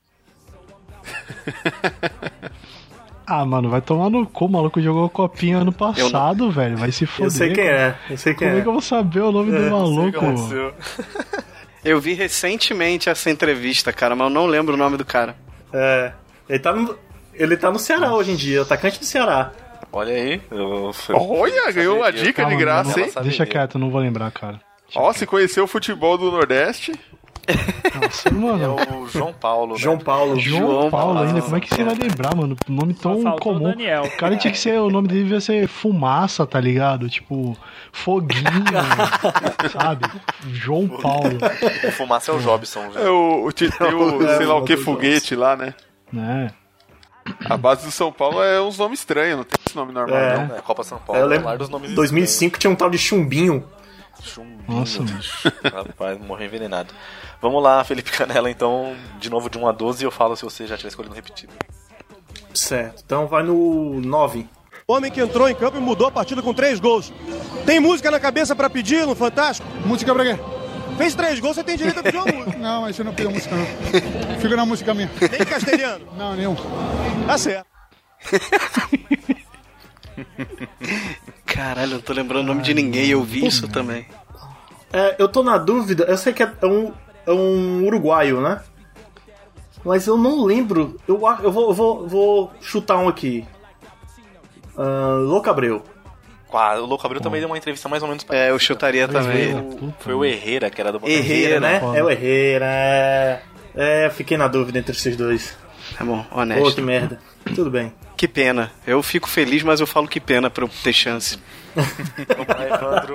Ah, mano, vai tomar no cu, o maluco jogou copinha ano passado, velho. Vai se foder. Eu sei quem é, eu sei quem Como é. é que eu vou saber o nome É, do maluco? Eu vi recentemente essa entrevista, cara, mas eu não lembro o nome do cara. É, ele tá no, ele tá no Ceará hoje em dia, atacante do Ceará. Olha aí. Eu... Olha, ganhou uma dica Calma, de graça, não, hein? Deixa quieto, não vou lembrar, cara. Ó, se conheceu o futebol do Nordeste. Nossa, mano. É o João Paulo. João né? Paulo. João, João Paulo, Paulo ainda, como é que você vai lembrar, mano? Um nome tão faltou comum. o Daniel. O cara tinha que ser, o nome dele devia ser Fumaça, tá ligado? Tipo, Foguinho, sabe? João Paulo. O Fumaça é o Jobson, já. É o, o, tem o sei lá o que, foguete lá, né? Né? A base do São Paulo é uns nomes estranhos, não tem esse nome normal, É. não. É, Copa São Paulo. Eu é lembro, lar dos nomes em dois mil e cinco tinha um tal de Chumbinho. Chumbinho. Nossa, mano. Rapaz, morreu envenenado. Vamos lá, Felipe Canella, então, de novo de um a doze, e eu falo se você já tiver escolhido repetido. Certo, então vai no nove. Homem que entrou em campo e mudou a partida com três gols. Tem música na cabeça pra pedir no Fantástico? Música pra quê? Fez três gols, você tem direito a pedir uma música. Não, mas eu não pido música, não. Fica na música minha. Nem castelhano? Não, nenhum. Tá certo. Caralho, eu não tô lembrando o nome de ninguém, eu vi isso também. É, eu tô na dúvida, eu sei que é um, é um uruguaio, né? Mas eu não lembro. Eu, eu, vou, eu vou, vou chutar um aqui. Uh, Louco Abreu. Ah, o Louco Abreu também deu uma entrevista mais ou menos. É, eu chutaria também. O, foi o Herrera, que era do Botafogo. Herrera, né? foda. É o Herrera. É, é, fiquei na dúvida entre esses dois. Tá bom, honesto. Pô, que merda. Tudo bem. Que pena. Eu fico feliz, mas eu falo que pena pra eu ter chance. Vamos lá, Evandro.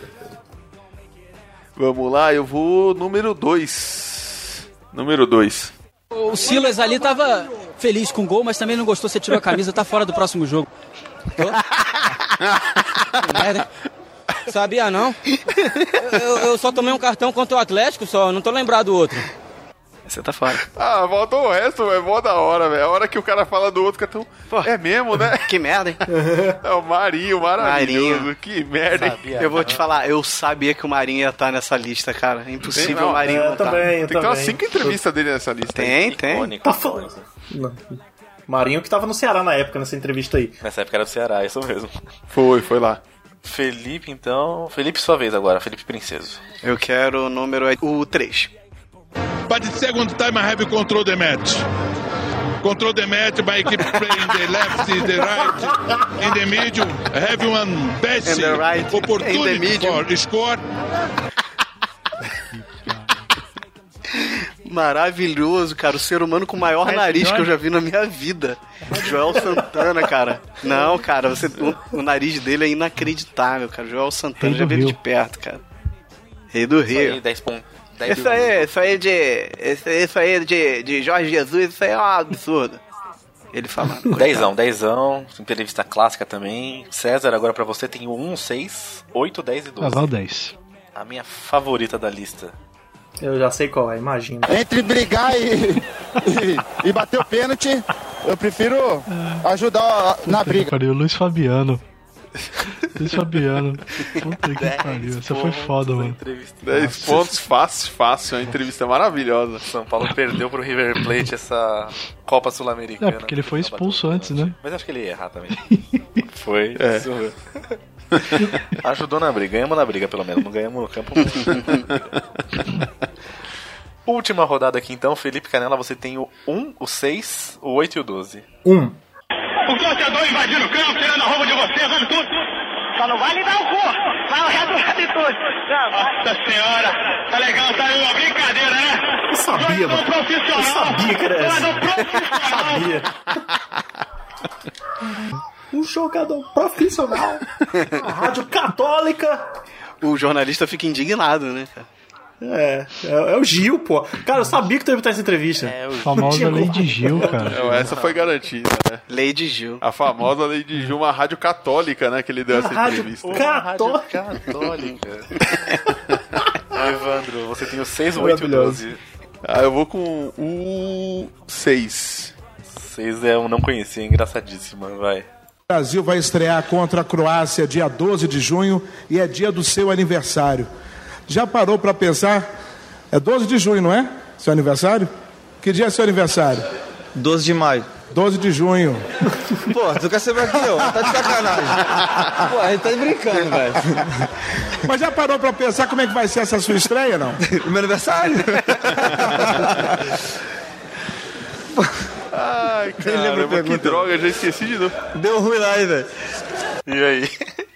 Vamos lá, eu vou número dois. Número dois. O Silas ali tava feliz com o gol, mas também não gostou, você tirou a camisa, tá fora do próximo jogo. Sabia não? Eu, eu só tomei um cartão contra o Atlético só, não tô lembrado do outro. Você tá fora. Ah, voltou o resto, velho. Mó da hora, velho. A hora que o cara fala do outro, que é tão... É mesmo, né? Que merda, hein? É o Marinho, maravilhoso. Marinho. Que merda, hein? Sabia, eu vou te falar, eu sabia que o Marinho ia estar nessa lista, cara. É impossível Tem, não, o Marinho é, não tá. também, Tem que ter umas também. cinco entrevistas dele nessa lista. Tem, aí. tem. Icônico, Tá icônico. Não. Marinho que tava no Ceará na época, nessa entrevista aí. Nessa época era do Ceará, isso mesmo. Foi, foi lá. Felipe, então... Felipe, sua vez agora. Felipe Princeso. Eu quero o número o três. But the second time I have control the match. Control the match by keep playing the left, the right, in the middle. I have one best In the right, in the opportunity middle. for score. Maravilhoso, cara. O ser humano com o maior nariz que eu já vi na minha vida. Joel Santana, cara. Não, cara, você, o, o nariz dele é inacreditável, cara. Joel Santana, já vi ele de perto, cara. Rei do Rio. Isso aí, dez pontos. Isso aí, isso aí de. Isso, isso aí de, de Jorge Jesus, isso aí é um absurdo. Ele falando. Dezão, dezão. Entrevista clássica também. César, agora pra você tem o um, seis, oito, dez e doze. Ah, vai o dez. A minha favorita da lista. Eu já sei qual é, imagina. Entre brigar e, e, e bater o pênalti, eu prefiro ajudar na briga. Pariu, Luiz Fabiano. Luiz Fabiano. Puta que pariu. Essa foi foda, mano. dez pontos fácil, fácil. Uma entrevista maravilhosa. São Paulo perdeu pro River Plate essa Copa Sul-Americana. É, porque ele foi expulso antes, né? Mas acho que ele ia errar também. Foi. É. Isso mesmo. Ajudou na briga. Ganhamos na briga, pelo menos. Não ganhamos no campo. Última rodada aqui, então. Felipe Canela, você tem o um, o seis, o oito e o doze. um. O torcedor invadindo o campo, tirando a roupa de você, vale tudo. Só não vai lhe dar o cu. Vai o resto de tudo. Nossa senhora. Tá legal, tá aí uma brincadeira, né? Eu sabia, mano. Eu sabia que era essa. Eu sabia. Um jogador profissional. A rádio católica. O jornalista fica indignado, né, cara? É, é, é o Gil, pô. Cara, eu sabia que tu ia botar essa entrevista. É, o Famosa Lady Gil, cara. É, essa foi garantida, né? Lady Gil. A famosa Lady Gil, uma rádio católica, né? Que ele deu essa Rádio entrevista. católica. Católica. Evandro, você tem o seis, o oito e o doze. Ah, eu vou com o seis. seis é um não conhecia, engraçadíssima, vai. O Brasil vai estrear contra a Croácia dia doze de junho e é dia do seu aniversário. Já parou pra pensar? É doze de junho, não é? Seu aniversário? Que dia é seu aniversário? doze de maio. doze de junho. Pô, tu quer saber aqui, ó? Tá de sacanagem. Pô, a gente tá brincando, velho. Mas já parou pra pensar como é que vai ser essa sua estreia, não? Meu aniversário? Ai, caramba, que droga, já esqueci de novo. Deu ruim lá, hein, velho. E aí?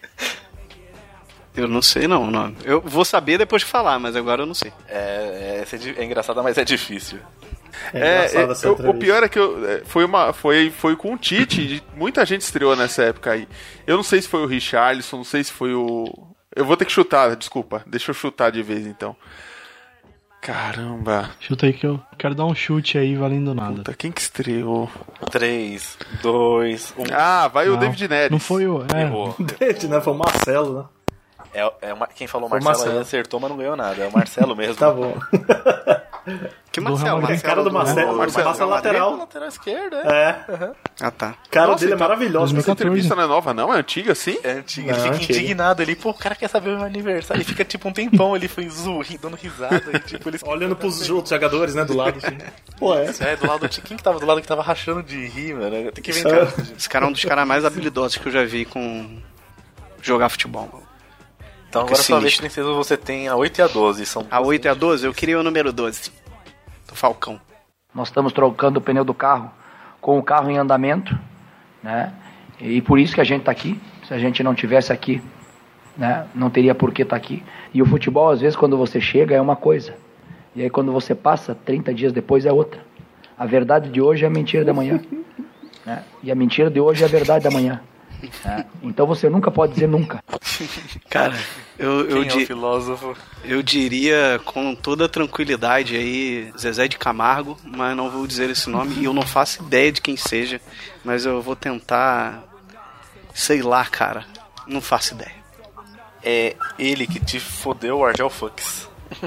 Eu não sei não o nome. Eu vou saber depois de falar, mas agora eu não sei. É, é, é engraçada, mas é difícil. É, é, eu, o pior é que eu, foi, uma, foi, foi com o Tite, muita gente estreou nessa época aí. Eu não sei se foi o Richarlison, não sei se foi o... Eu vou ter que chutar, desculpa. Deixa eu chutar de vez, então. Caramba. Chuta aí que eu quero dar um chute aí valendo nada. Puta, quem que estreou? três, dois, um. Ah, vai Não, o David Neres. Não foi o... É. Errou. David, né? Foi o Marcelo, né? É, é uma, quem falou Foi Marcelo, Marcelo. aí acertou, mas não ganhou nada. É o Marcelo mesmo. Tá bom. Que Do Marcelo? Real Madrid. Marcelo Cara do Marcelo, Marcelo, Marcelo Real lateral. Lateral esquerda, é. É. Uhum. Ah, tá. O cara Nossa, dele é então, maravilhoso. Essa dois mil e quatorze. entrevista não é nova, não? É antiga, sim? É antigo, Não, ele fica antigo. indignado ali, pô, o cara quer saber o meu aniversário. Ele fica tipo um tempão ali, foi ri, dando risada. E, tipo, eles... Olhando pros outros jogadores, né, do lado, assim. Pô, é. É, do lado do Quem que tava do lado que tava rachando de rir, mano? Tem que inventar. Esse cara é um dos caras mais habilidosos que eu já vi com jogar futebol. Então Que agora sua vez, sinistro. Princesa, você tem a oito e a doze. São A oito e a doze? Eu queria o número doze. Do Falcão. Nós estamos trocando o pneu do carro com o carro em andamento, né? E por isso que a gente está aqui. Se a gente não tivesse aqui, né, não teria por que estar aqui. E o futebol, às vezes, quando você chega, é uma coisa. E aí, quando você passa, trinta dias depois, é outra. A verdade de hoje é a mentira da manhã. Né? E a mentira de hoje é a verdade da manhã. Né? Então você nunca pode dizer nunca. Cara, eu, eu, Quem é o di- filósofo? eu diria com toda tranquilidade aí Zezé de Camargo, mas não vou dizer esse nome e eu não faço ideia de quem seja, mas eu vou tentar, sei lá, cara, não faço ideia. é ele que te fodeu, o Argel Fux.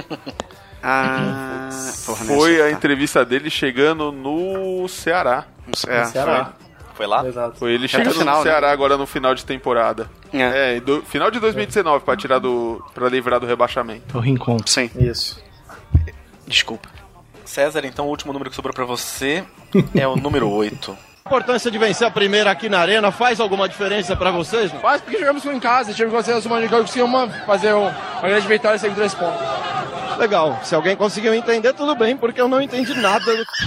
Ah, porra, foi a entrevista dele chegando no Ceará. É, No Ceará. Foi lá? Exato. Foi ele chegando no, final, no Ceará né? agora no final de temporada. É, do, final de dois mil e dezenove, pra tirar do. pra livrar do rebaixamento. É o Rincon. Sim. Isso. Desculpa. César, então o último número que sobrou pra você é o número oito. A importância de vencer a primeira aqui na Arena faz alguma diferença pra vocês? Não? Faz porque jogamos em casa, tivemos que fazer uma de conseguimos fazer uma grande vitória sem três pontos. Legal, se alguém conseguiu entender, tudo bem, porque eu não entendi nada.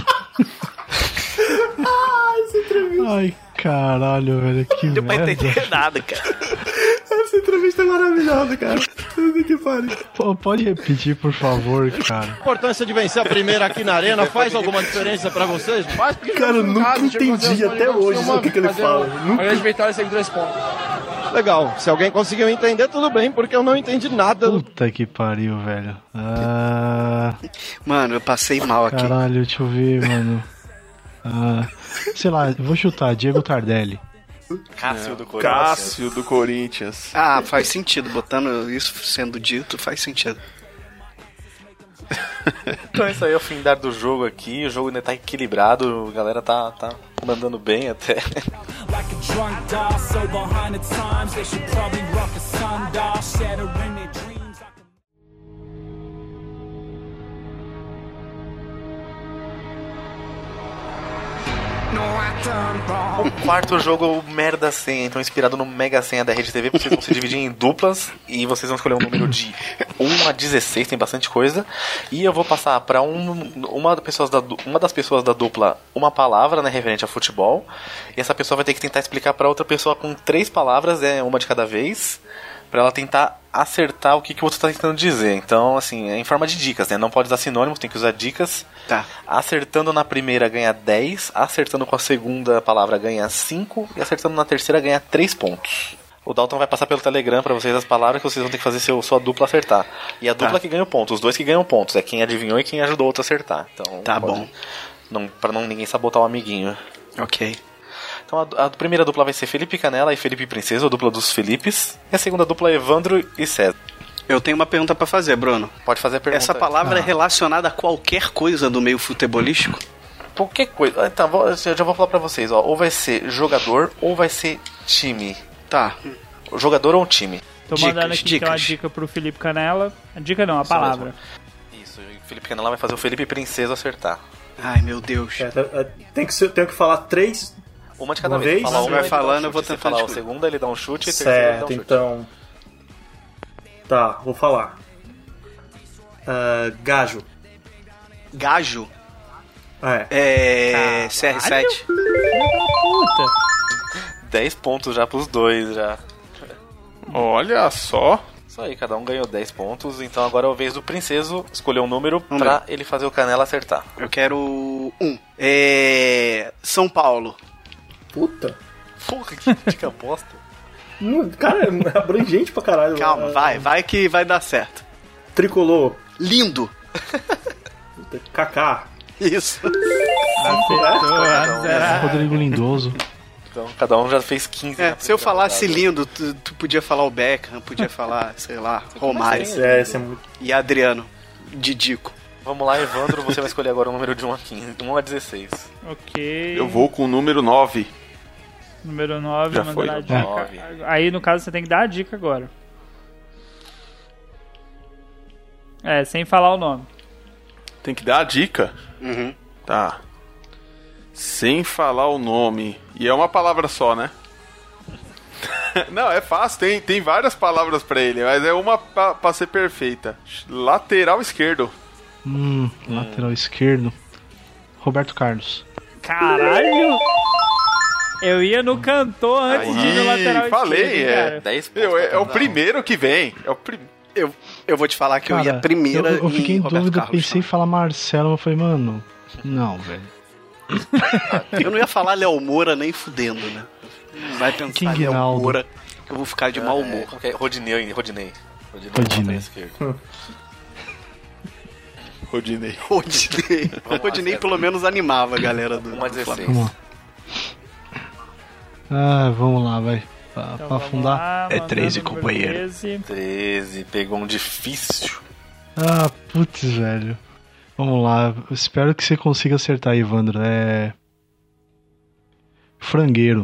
Ah, essa entrevista. Ai, caralho, velho, que Não deu pra merda. entender nada, cara. Essa entrevista é maravilhosa, cara. Puta que pariu. Pô, pode repetir, por favor, cara. A importância de vencer a primeira aqui na Arena faz alguma diferença pra vocês? Não? Faz porque Cara, eu jogamos em nunca casa, tivemos que fazer entendi uma de até hoje conseguimos o que, que ele fazer fala. Uma Nunca... grande vitória sem três pontos. Legal, se alguém conseguiu entender, tudo bem, porque eu não entendi nada. Puta que pariu, velho. Ah, Mano, eu passei mal aqui. caralho, deixa eu ver, mano. Ah, sei lá, eu vou chutar, Diego Tardelli. Cássio do Corinthians. Cássio do Corinthians. Ah, faz sentido. Botando isso sendo dito, faz sentido. Então isso aí é o fim do jogo aqui. O jogo ainda tá equilibrado. A galera tá, tá mandando bem até. Like a drunk doll, so behind the times, they should probably rock a sundial, shattering their dreams. O quarto jogo é o Merda Senha, então inspirado no Mega Senha da Rede T V, vocês vão se dividir em duplas e vocês vão escolher um número de um a dezesseis, tem bastante coisa. E eu vou passar para um, uma, pessoas da, uma das pessoas da dupla uma palavra, né, referente a futebol. E essa pessoa vai ter que tentar explicar para outra pessoa com três palavras, né, uma de cada vez, para ela tentar acertar o que, que o outro está tentando dizer. Então, assim, é em forma de dicas, né? Não pode usar sinônimos, tem que usar dicas. Tá. Acertando na primeira ganha dez, acertando com a segunda palavra ganha cinco e acertando na terceira ganha três pontos. O Dalton vai passar pelo Telegram para vocês as palavras que vocês vão ter que fazer seu, sua dupla acertar. E a dupla Tá. que ganha o ponto, os dois que ganham pontos. É quem adivinhou e quem ajudou o outro a acertar. Então, Tá pode- bom. Não, para não ninguém sabotar o amiguinho. Ok. Então a, a primeira dupla vai ser Felipe Canela e Felipe Princesa, a dupla dos Felipes. E a segunda dupla é Evandro e César. Eu tenho uma pergunta pra fazer, Bruno. Pode fazer a pergunta. Essa palavra Ah. é relacionada a qualquer coisa do meio futebolístico? Qualquer coisa. Então, vou- eu já vou falar pra vocês, ó. Ou vai ser jogador ou vai ser time. Tá. Jogador ou time. Tô mandando aqui então a dica pro Felipe Canela. A dica não, a Isso palavra. mesmo. Isso, e o Felipe Canela vai fazer o Felipe Princesa acertar. Ai, meu Deus. É, é, tem que ser, tenho que falar três. Uma de cada Uma vez. vez? Fala Você uma, vai ele dá um falando, chute. eu vou Se tentando falar o descobrir. segundo, ele dá um chute e o terceiro ele dá um Certo, chute. então. Tá, vou falar. Ah, gajo. Gajo? É. É. C R sete. Puta. dez pontos já pros dois, já. Olha só. Isso aí, cada um ganhou dez pontos. Então agora é a vez do Princeso escolher um número Um pra número. ele fazer o Canela acertar. Eu quero um. É. São Paulo. Puta. Porra, que dica bosta. Não, cara, é abrangente pra caralho. Calma, Ah, vai, vai que vai dar certo. Tricolor. Lindo. Kaká. Isso. Rodrigo Lindoso. Então cada um já fez quinze. É, né, se eu pra falasse rodada. lindo, tu, tu podia falar o Beckham, podia falar, sei lá, Romário. É, esse é muito. E Adriano. Didico. Vamos lá, Evandro, você vai escolher agora o número de um a quinze, um a dezesseis. Ok. Eu vou com o número nove. Número nove, Já mandar foi. a dica. Nove. Aí, no caso, você tem que dar a dica agora. É, sem falar o nome. Tem que dar a dica. Uhum. Tá. Sem falar o nome. E é uma palavra só, né? Não, é fácil. Tem, tem várias palavras pra ele, mas é uma pra, pra ser perfeita. Lateral esquerdo. Hum, lateral esquerdo. Roberto Carlos. Caralho! Eu ia no cantor antes de ir no lateral falei, esquerdo, é. cara. dez pontos. Meu, é, pra é o cada um. primeiro que vem. É o prim... Eu, eu vou te falar que eu Cara, ia primeira Eu, eu fiquei em Roberto dúvida, Carlos, pensei em falar Marcelo, mas falei, mano. Não, velho. Eu não ia falar Léo Moura nem fudendo, né? Não vai pensar Quem Léo Guinaldo? Moura que eu vou ficar de mau É, humor. como que é? Rodinei, Rodinei. Rodinei. Rodinei. lateral esquerdo. Rodinei. Rodinei. Vamos lá, Rodinei César. pelo menos animava a galera do, um a do dezesseis. Flamengo. Vamos lá. Ah, vamos lá, vai. pra, Então pra vamos afundar. lá, É mandando treze, o número companheiro. treze. treze, pegou um difícil. Ah, putz, velho. Vamos lá, eu espero que você consiga acertar, Evandro. É. Frangueiro.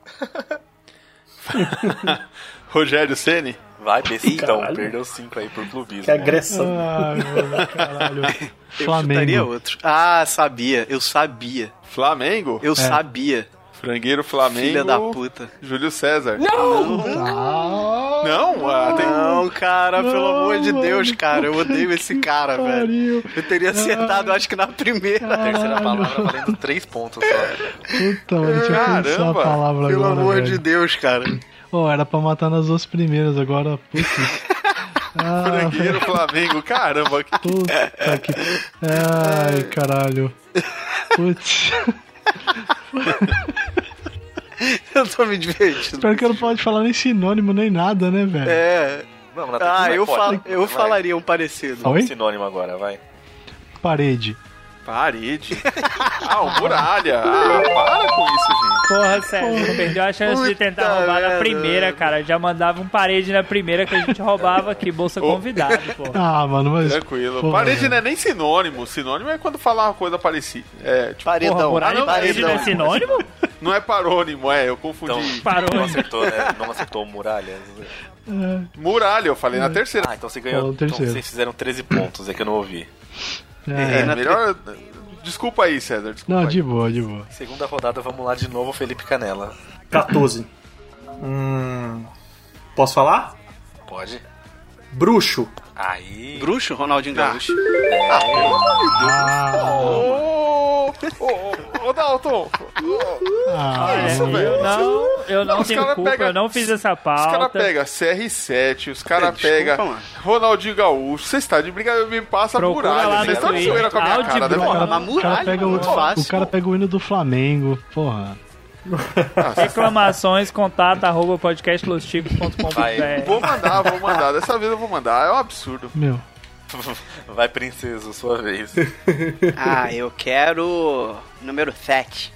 Rogério Ceni? Vai, bestão, Caralho. perdeu cinco aí por clubismo. Que agressão. Ai, mano, caralho. Eu Flamengo. chutaria outro. Ah, sabia. Eu sabia. Flamengo? Eu É. sabia. Frangueiro, Flamengo. Filha da puta. Júlio César. Não! Não, ah, tem... Não, cara, pelo amor de Deus, cara. Eu odeio esse cara, velho. Eu teria acertado, acho que na primeira. A terceira palavra valendo três pontos só. Puta, mano, deixa eu pensar a Caramba, palavra Pelo agora, amor velho. de Deus, cara. Oh, era pra matar nas duas primeiras, agora, putz. Ah, Frangueiro, Flamengo. Caramba. que- puta que... Ai, caralho. Putz. Eu tô me divertindo. Espero que eu não pode falar nem sinônimo, nem nada, né, velho? É. Vamos, na Ah, terceira eu, pode. fal eu Vai. falaria um parecido. Oi? Sinônimo agora, vai. Parede. Parede. Ah, o muralha. Ah, para com isso, gente. Porra, Sérgio, perdeu a chance de tentar Puta roubar na merda. primeira, cara. Já mandava um parede na primeira que a gente roubava aqui, bolsa convidado, porra. Ah, mano, mas... Tranquilo. Porra, Parede velho. não é nem sinônimo. Sinônimo é quando falar uma coisa parecida. É, tipo, Porra, Paredão. muralha Ah, e não, parede não é paredão. sinônimo? não é parônimo, é. Eu confundi. Então, Parou. não acertou, né? Não acertou muralha. Muralha, eu falei na terceira. Ah, então você ganhou. Falou Então terceiro. vocês fizeram treze pontos, é que eu não ouvi. É, É, na melhor. Desculpa aí, César. Desculpa não, aí. de boa, de boa. Segunda rodada, vamos lá de novo, Felipe Canela. quatorze. Hum, posso falar? Pode? Bruxo. Aí. Bruxo, Ronaldinho Gaúcho. Ô, ô, ô, Dalton. Ah, Olha, isso, velho. eu não, eu não Os tenho cara culpa, pega- eu não fiz essa Os caras pauta. pegam C R sete, os caras Desculpa, pegam mano. Ronaldinho Gaúcho. Você está de brincadeira, me passa a Procura muralha. lá Vocês no estão de Twitter. zoeira com a minha Áudio cara, né, Bruno. mano? Mas O cara, muralha, pega o, muito fácil. o cara pega o hino do Flamengo, porra. Reclamações, contato, arroba podcastlosticos ponto com ponto Vai. b r. Vou mandar, vou mandar. Dessa vez eu vou mandar. É um absurdo. Meu. Vai, princesa, sua vez. Ah, eu quero. Número sete.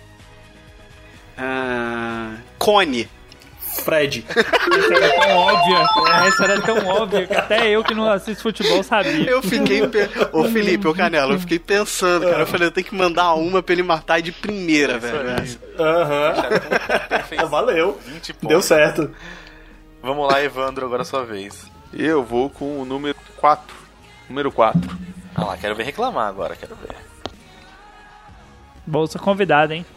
Ah, Cone. Fred. Essa era tão óbvia, essa era tão óbvia que até eu que não assisto futebol sabia. Eu fiquei. Pe... Ô Felipe, ô Canela, eu fiquei pensando, cara. Eu falei, eu tenho que mandar uma pra ele matar de primeira, velho. Essa. Aham. Valeu. vinte pontos. Deu certo. Vamos lá, Evandro, agora é sua vez. Eu vou com o número quatro. Número quatro. Ah lá, quero ver reclamar agora, quero ver. Bolsa convidada, hein?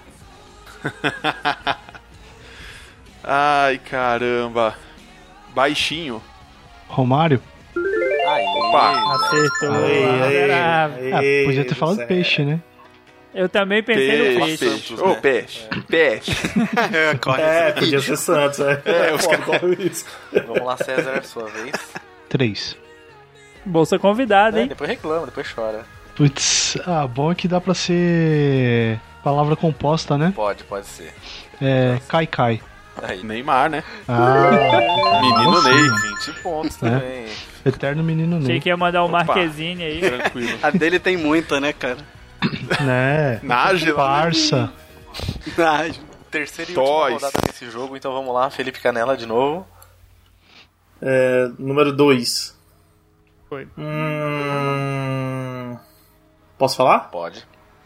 Ai, caramba. Baixinho. Romário? Aí, Opa. Acertou. Aí, aí, miserável. Ah, aí, podia ter do falado céu. peixe, né? Eu também pensei no Peixe. peixe. Ô, peixe. Peixe. É, corre. É, podia ser Santos. É, É, os Pô, corre isso. Vamos lá, César, sua vez. Três. Bolsa convidada, É, hein? depois reclama, depois chora. Putz, ah, bom é que dá pra ser palavra composta, né? Pode, pode ser. É, cai, cai. Aí. Neymar, né? Ah, Menino nossa, Ney. vinte pontos É. também. Eterno menino Achei Ney. que ia mandar o Opa. Marquezine aí. Tranquilo. A dele tem muita, né, cara? Né? Nájila. Parça. Ah, Terceira e última Toys. rodada desse jogo, então vamos lá, Felipe Canela de novo. É, número dois. Foi. Hum... Posso falar? Pode.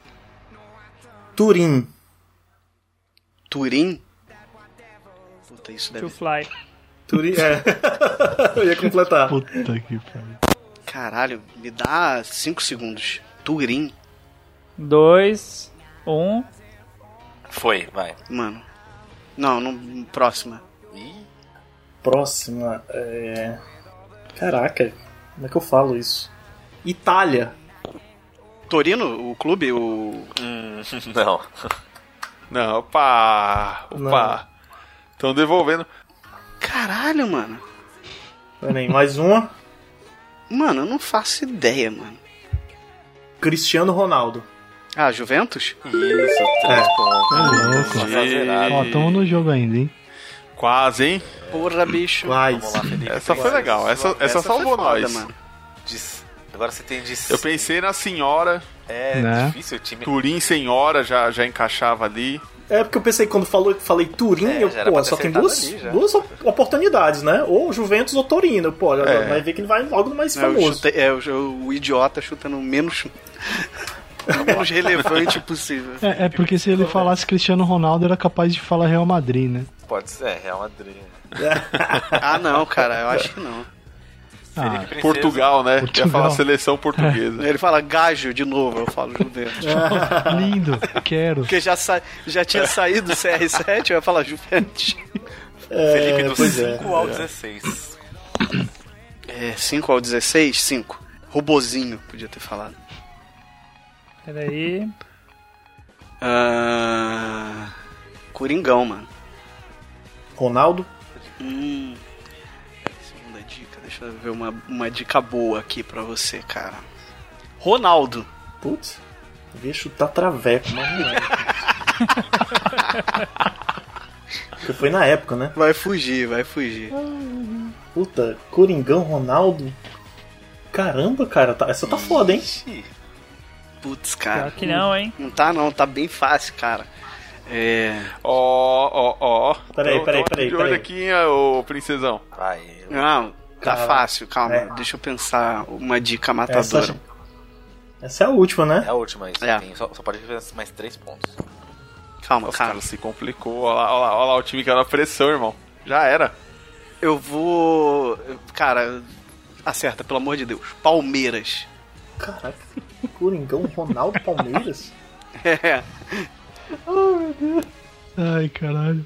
Turim. Turim? Puta, isso deve... To fly. Turim, é. Eu ia completar. Puta que pariu. Caralho, me dá cinco segundos. Turim? Dois, um. Foi, vai. Mano. Não, não... Próxima. Ih, Próxima. É... Caraca, como é que eu falo isso? Itália. Torino, o clube, o... hum, não. Não, opa. Opa. Estão devolvendo. Caralho, mano. Pera aí, mais uma. Mano, eu não faço ideia, mano. Cristiano Ronaldo. Ah, Juventus? Isso, três É. pontos. É louco. Tá zerado. Ó, tamo no jogo ainda, hein? Quase, hein? Porra, bicho. Quase. Vamos lá, Felipe. Essa foi legal. Essa, essa, Essa foi salvou foda, nós. mano. Diz- Agora você tem de... Eu pensei na senhora. É Né? difícil o time. Turim senhora já, já encaixava ali. É porque eu pensei, quando falou, falei Turim, É, eu, já era pô, pra só ter tem acertado duas, ali, já. duas oportunidades, né? Ou Juventus ou Torino. Pô, É. vai ver que ele vai logo no mais É, eu famoso. chutei- é, o, o idiota chutando o menos, o menos relevante possível. É, é porque se ele falasse Cristiano Ronaldo, era capaz de falar Real Madrid, né? Pode ser, Real Madrid. Ah, não, cara, eu acho que não. Ah, Portugal, né? Portugal. Ia falar seleção portuguesa. Ele fala gajo de novo, eu falo Juventus. Lindo, quero. Porque já, sa... já tinha saído o C R sete, eu ia falar Juventus. Felipe, do pois é. cinco ao dezesseis. É, cinco ao dezesseis? cinco. Robozinho, podia ter falado. Peraí. Ah... Coringão, mano. Ronaldo. Hum... Segunda dica, deixa eu ver uma, uma dica boa aqui pra você, cara. Ronaldo. Putz, eu ia chutar traveco, mas não é. Porque foi na época, né? Vai fugir, vai fugir. Puta, Coringão, Ronaldo. Caramba, cara, tá- essa tá foda, hein? Putz, cara. Pior que não, hein? Não tá não, tá bem fácil, cara. É... Ó, ó, ó. Peraí, Tô- peraí, tô peraí, de olho peraí. aqui, hein, ô princesão. Vai. Não, tá Cara, fácil, calma. é. Deixa eu pensar uma dica Essa, matadora. essa é a última, né? É a última, isso. É. Tem, só, só pode fazer mais três pontos. Calma, Nossa, cara. cara, se complicou. Olha lá, olha lá, olha lá o time que era na pressão, irmão. Já era. Eu vou... Cara, acerta, pelo amor de Deus. Palmeiras. Caraca, Coringão, Ronaldo, Palmeiras? É. Ai, meu Deus. Ai, caralho.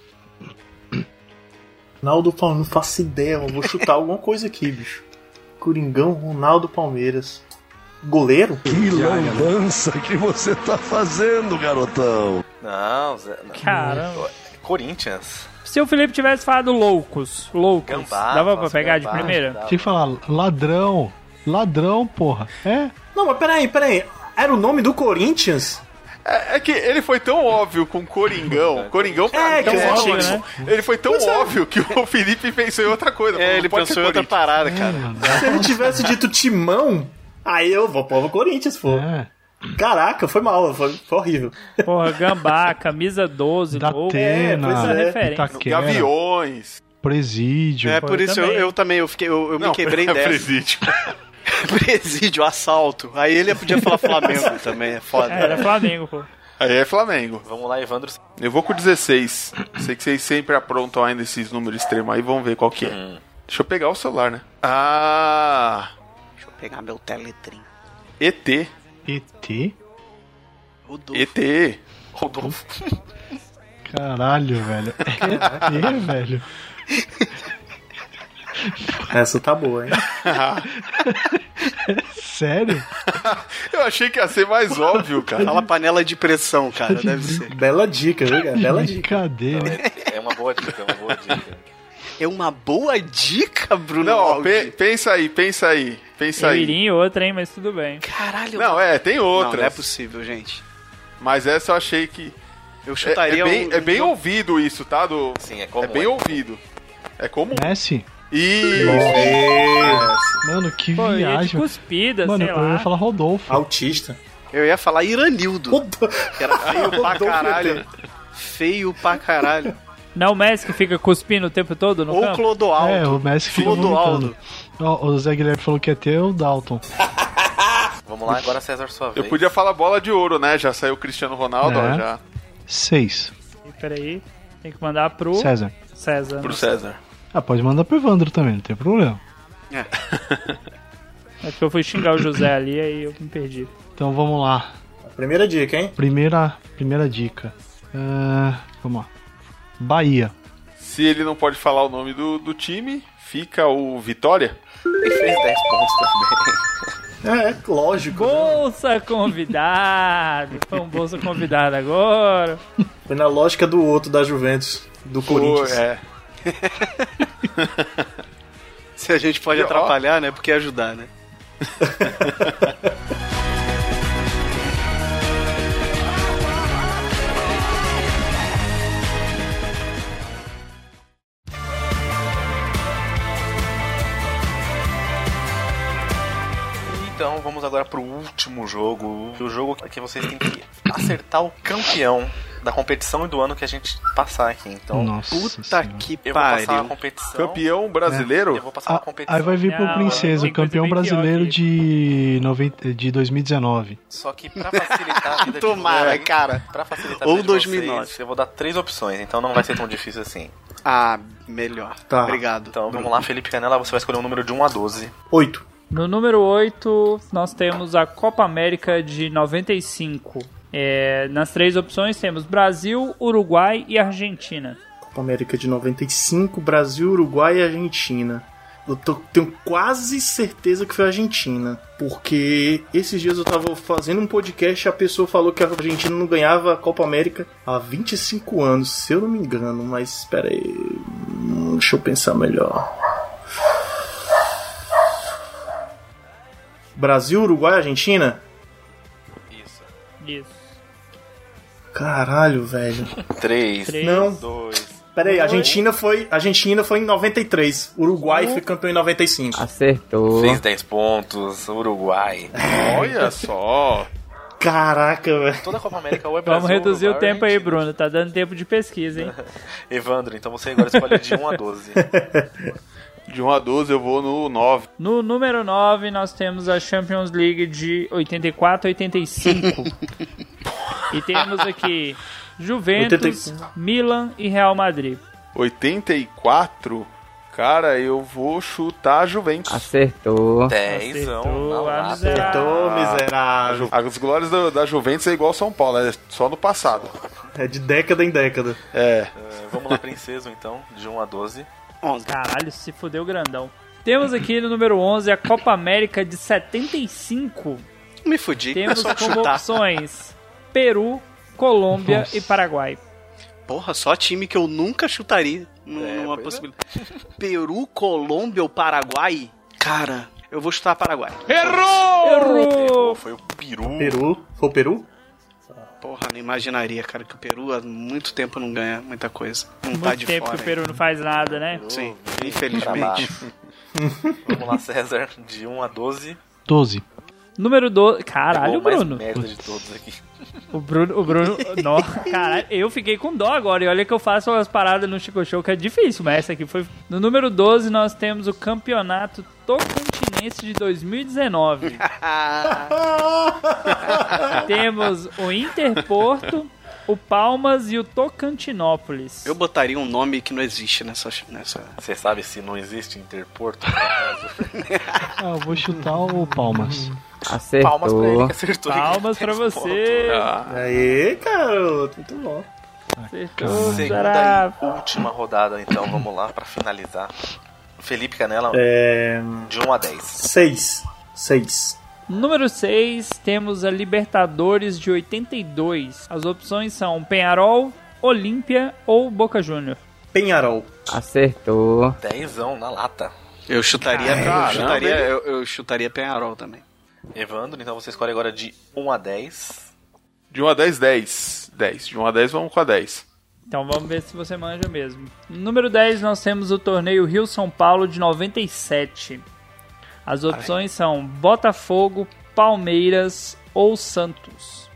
Ronaldo, Palmeiras, não faço ideia, eu vou chutar alguma coisa aqui, bicho. Coringão, Ronaldo, Palmeiras. Goleiro? Que lambança que você tá fazendo, garotão. Não, Zé. Não. Caramba. Corinthians. Se o Felipe tivesse falado loucos, loucos, Gambá, dava pra nossa, pegar Gambá, de primeira? dava. Tinha que falar ladrão. Ladrão, porra. É? Não, mas peraí, peraí. Era o nome do Corinthians? É, é que ele foi tão óbvio com Coringão. Coringão pra É, tão que é óbvio, antigo, né? Ele foi tão Pois é. óbvio que o Felipe pensou em outra coisa. É, Falou, ele não pode pensou ser em outra Corinthians. parada, cara. Se ele tivesse dito Timão, aí eu vou pôr o Corinthians, pô. É. Caraca, foi mal, foi, foi horrível. Porra, Gambá, camisa doze, louco. É, Datena, pois é. referência. Itaquera, Gaviões. Presídio. É, Pô, por eu isso eu, também. eu também, eu, fiquei, eu, eu me Não, quebrei é dessa. presídio. Presídio, assalto. Aí ele podia falar Flamengo também, é foda. É, era Flamengo, pô. Aí é Flamengo. Vamos lá, Evandro. Eu vou com dezesseis. Sei que vocês sempre aprontam ainda esses números extremos aí. Vamos ver qual que é. Hum. Deixa eu pegar o celular, né? Ah... Deixa eu pegar meu teletrim. E T. E T? Rodolfo. E T. Rodolfo. Caralho, velho. E T, velho. Essa tá boa, hein? Sério? Eu achei que ia ser mais óbvio, cara. Fala panela de pressão, cara, deve ser. Bela dica, viu, cara? Bela dica. Brincadeira. É uma boa dica, é uma boa dica. É uma boa dica, Bruno. Não, ó, Aldi. pe- pensa aí, pensa aí. Pensa Eu aí. iria em outra, hein, mas tudo bem. Caralho. Não, é, tem Não, outras. não é possível, gente. Mas essa eu achei que... Eu É, chutaria é bem, um... é bem ouvido isso, tá? Do... Sim, é comum. É bem ouvido. É comum. Messi? Isso. Mano, que Pô, eu ia de viagem. cuspida, Mano, sei eu ia lá. falar Rodolfo. Autista. Eu ia falar Iranildo. Rodolfo. Que era feio pra Rodolfo caralho. Feio pra caralho. Não o Messi que fica cuspindo o tempo todo no Ou campo? Clodoaldo. É, o Messi fica Clodoaldo. vomitando. Ó, o Zé Guilherme falou que ia ter o Dalton. Vamos lá, agora César, sua vez. Eu podia falar bola de ouro, né? Já saiu o Cristiano Ronaldo, É. ó, já. Seis. E peraí, tem que mandar pro... César. César. Pro né? César. Ah, pode mandar pro Evandro também, não tem problema. É. É porque eu fui xingar o José ali, aí eu me perdi. Então vamos lá. Primeira dica, hein? Primeira, primeira dica. Ah, vamos lá. Bahia. Se ele não pode falar o nome do, do time, fica o Vitória. Ele fez dez pontos também. É, é lógico. Bolsa convidado. Foi um bolsa convidado agora. Foi na lógica do outro da Juventus, do Corinthians. Pô, é. Se a gente pode E, ó, atrapalhar, né? Porque ajudar, né? Então vamos agora pro último jogo. O jogo que vocês têm que acertar o campeão da competição e do ano que a gente passar aqui. Então, Nossa Puta senhora. que eu vou passar pariu. a competição. Campeão brasileiro? Eu vou passar a competição. Aí vai vir pro Não, Princesa, tem o coisa campeão bem pior brasileiro que- de, noventa, de dois mil e dezenove. Só que pra facilitar a vida Tomara, de vocês, cara. Pra facilitar a Ou vida dois de mil e vocês, nove. eu vou dar três opções, então não vai ser tão difícil assim. Ah, melhor. Tá. Obrigado. Então vamos lá, Felipe Canela, você vai escolher um número de um a doze. Oito. No número oito, nós temos a Copa América de noventa e cinco. É, nas três opções temos Brasil, Uruguai e Argentina. Copa América de noventa e cinco, Brasil, Uruguai e Argentina. Eu tô- tenho quase certeza que foi a Argentina. Porque esses dias eu tava fazendo um podcast e a pessoa falou que a Argentina não ganhava a Copa América há vinte e cinco anos, se eu não me engano. Mas espera aí. Hum, Deixa eu pensar melhor. Brasil, Uruguai e Argentina? Isso. Caralho, velho. três, Não. dois. Pera aí, a Argentina foi, a Argentina foi em noventa e três. Uruguai foi campeão em noventa e cinco. Acertou. Fez dez pontos, Uruguai. Olha só. Caraca, velho. Toda a Copa América ou é Brasil, Vamos reduzir Uruguai o ou tempo aí, Argentina. Bruno. Tá dando tempo de pesquisa, hein? Evandro, então você agora escolhe de um a doze. De um a doze eu vou no nove. No número nove, nós temos a Champions League de oitenta e quatro a oitenta e cinco. E temos aqui Juventus, oitenta e cinco. Milan e Real Madrid. oitenta e quatro? Cara, eu vou chutar a Juventus. Acertou. Dezão na Acertou, a lata. Acertou, A miserável. Ju- As glórias da, da Juventus é igual São Paulo, é só no passado. É de década em década. É. É, vamos lá, Princeso, então, de um a doze. onze. Caralho, se fudeu grandão. Temos aqui no número onze a Copa América de setenta e cinco. Me fudi. Temos É só como chutar. opções Peru, Colômbia Nossa. e Paraguai. Porra, só time que eu nunca chutaria numa É, pois é. possibilidade. Peru, Colômbia ou Paraguai? Cara, eu vou chutar Paraguai. Errou! Foi o Peru. Peru. Foi o Peru? Porra, não imaginaria, cara, que o Peru há muito tempo não ganha muita coisa. Não tá Muito de tempo fora. que o Peru não faz nada, né? hein? Sim, Trabalho. infelizmente. Vamos lá, César, de um a doze. doze. Número doze. Caralho, Pegou o mais Bruno. merda de todos aqui. O Bruno, o Bruno, nó, caralho, eu fiquei com dó agora. E olha que eu faço umas paradas no Chico Show que é difícil, mas essa aqui foi. No número doze, nós temos o Campeonato Tocantinense de dois mil e dezenove. Temos o Interporto, o Palmas e o Tocantinópolis. Eu botaria um nome que não existe nessa. nessa... Você sabe se não existe Interporto? Ah, eu vou chutar o Palmas. Acertou. Palmas pra ele que acertou. Palmas pra você. Aê, garoto. Muito bom. Acertou, Segunda será? e última rodada, então, vamos lá pra finalizar. Felipe Canela, É... de um a dez. Seis. Seis. Número seis, temos a Libertadores de oitenta e dois. As opções são Peñarol, Olímpia ou Boca Júnior. Peñarol. Acertou. Dezão na lata. Eu chutaria, Caramba, eu chutaria, hein? eu, eu chutaria Peñarol também. Evandro, então você escolhe agora de um a dez. De um a dez, dez. dez. De um a dez, vamos com a dez. Então vamos ver se você manja mesmo. Número dez, nós temos o torneio Rio-São Paulo de noventa e sete. As opções são Botafogo, Palmeiras ou Santos.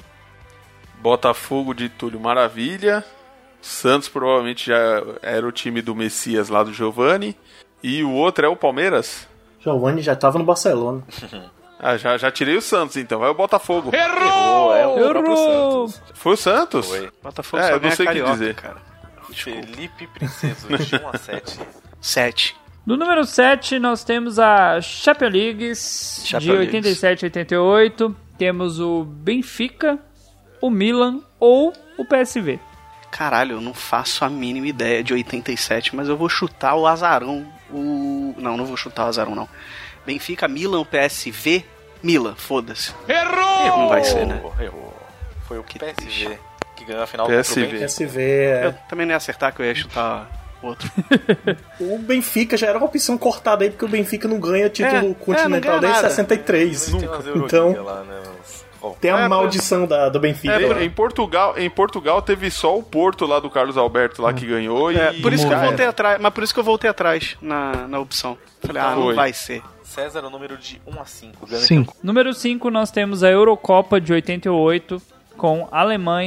Botafogo de Túlio Maravilha. Santos provavelmente já era o time do Messias lá do Giovani. E o outro é o Palmeiras? Giovanni já tava no Barcelona. Ah, já, já tirei o Santos então, vai o Botafogo. Errou! É o próprio Errou! Santos. Foi o Santos? Foi. Botafogo É, só eu não ganha sei o que carioca, dizer. cara. Felipe Princeso, de um a sete. Sete. No número sete, nós temos a Champions Leagues Champions de oitenta e sete a oitenta e oito. Temos o Benfica, o Milan ou o P S V. Caralho, eu não faço a mínima ideia de oitenta e sete, mas eu vou chutar o azarão. O... Não, não vou chutar o azarão, não. Benfica, Milan, P S V, Milan, foda-se. Errou! Não vai ser, né? Errou. Foi o Que P S V triste. que ganhou a final P S V. contra o P Benfica. S V é... Eu também não ia acertar que eu ia chutar outro. O Benfica já era uma opção cortada aí, porque o Benfica não ganha título É, é, não continental ganha desde nada. sessenta e três. Tem umas Euroliga Então, lá, né? Uns- Bom, tem a É, maldição da, do Benfica. É, em, Portugal, em Portugal teve só o Porto lá do Carlos Alberto lá que ganhou. É, e por isso que eu já voltei era. atrás, mas por isso que eu voltei atrás na, na opção. Falei, ah, não Foi. vai ser. César, o número de um a cinco. cinco. Número cinco, nós temos a Eurocopa de oitenta e oito com Alemanha,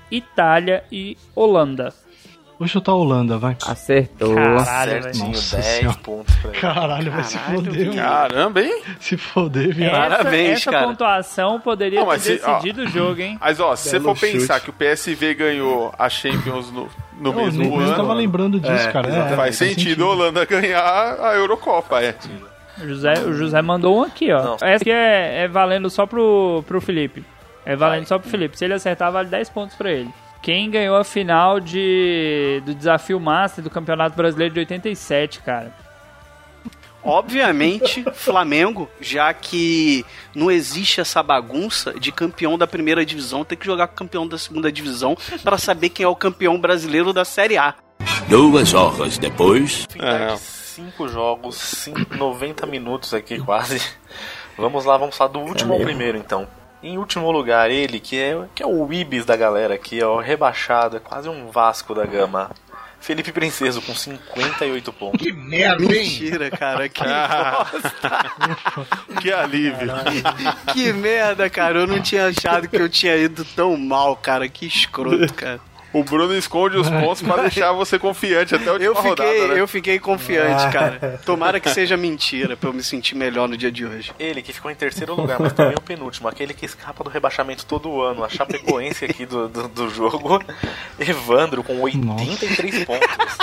Itália e Holanda. Vou chutar a Holanda, vai. Acertou. Caralho, Certinho, Nossa dez senhora. pontos pra ele. Caralho, vai se foder. mano. Caramba, hein? Se foder, viado. Essa, Parabéns, essa cara. pontuação poderia Não, ter mas se- ó, decidido o jogo, hein? Mas ó, se você Belo for pensar chute. que o P S V ganhou a Champions no, no Eu mesmo nem, nem ano, tava lembrando disso, É, cara. exatamente. É, faz sentido a Holanda ganhar a Eurocopa, é. O José, o José mandou um aqui, ó. Não. Essa aqui é, é valendo só pro, pro Felipe. É valendo Vai. só pro Felipe. Se ele acertar, vale dez pontos pra ele. Quem ganhou a final de, do Desafio Master do Campeonato Brasileiro de oitenta e sete, cara? Obviamente, Flamengo, já que não existe essa bagunça de campeão da primeira divisão ter que jogar com o campeão da segunda divisão para saber quem é o campeão brasileiro da Série A. Duas horas depois. Final de cinco jogos, cinco, noventa minutos aqui quase. Vamos lá, vamos falar do último ao primeiro então. Em último lugar, ele que é, que é o Ibis da galera aqui, ó, rebaixado, é quase um Vasco da Gama. Felipe Princeso com cinquenta e oito pontos. Que merda, hein? Mentira, cara, que bosta. Que alívio. Que merda, cara, eu não tinha achado que eu tinha ido tão mal, cara, que escroto, cara. O Bruno esconde os pontos pra deixar você confiante até a última Eu fiquei, rodada, né? eu fiquei confiante, cara. Tomara que seja mentira pra eu me sentir melhor no dia de hoje. Ele que ficou em terceiro lugar, mas também o penúltimo, aquele que escapa do rebaixamento todo ano, a Chapecoense aqui do, do, do jogo, Evandro com oitenta e três pontos.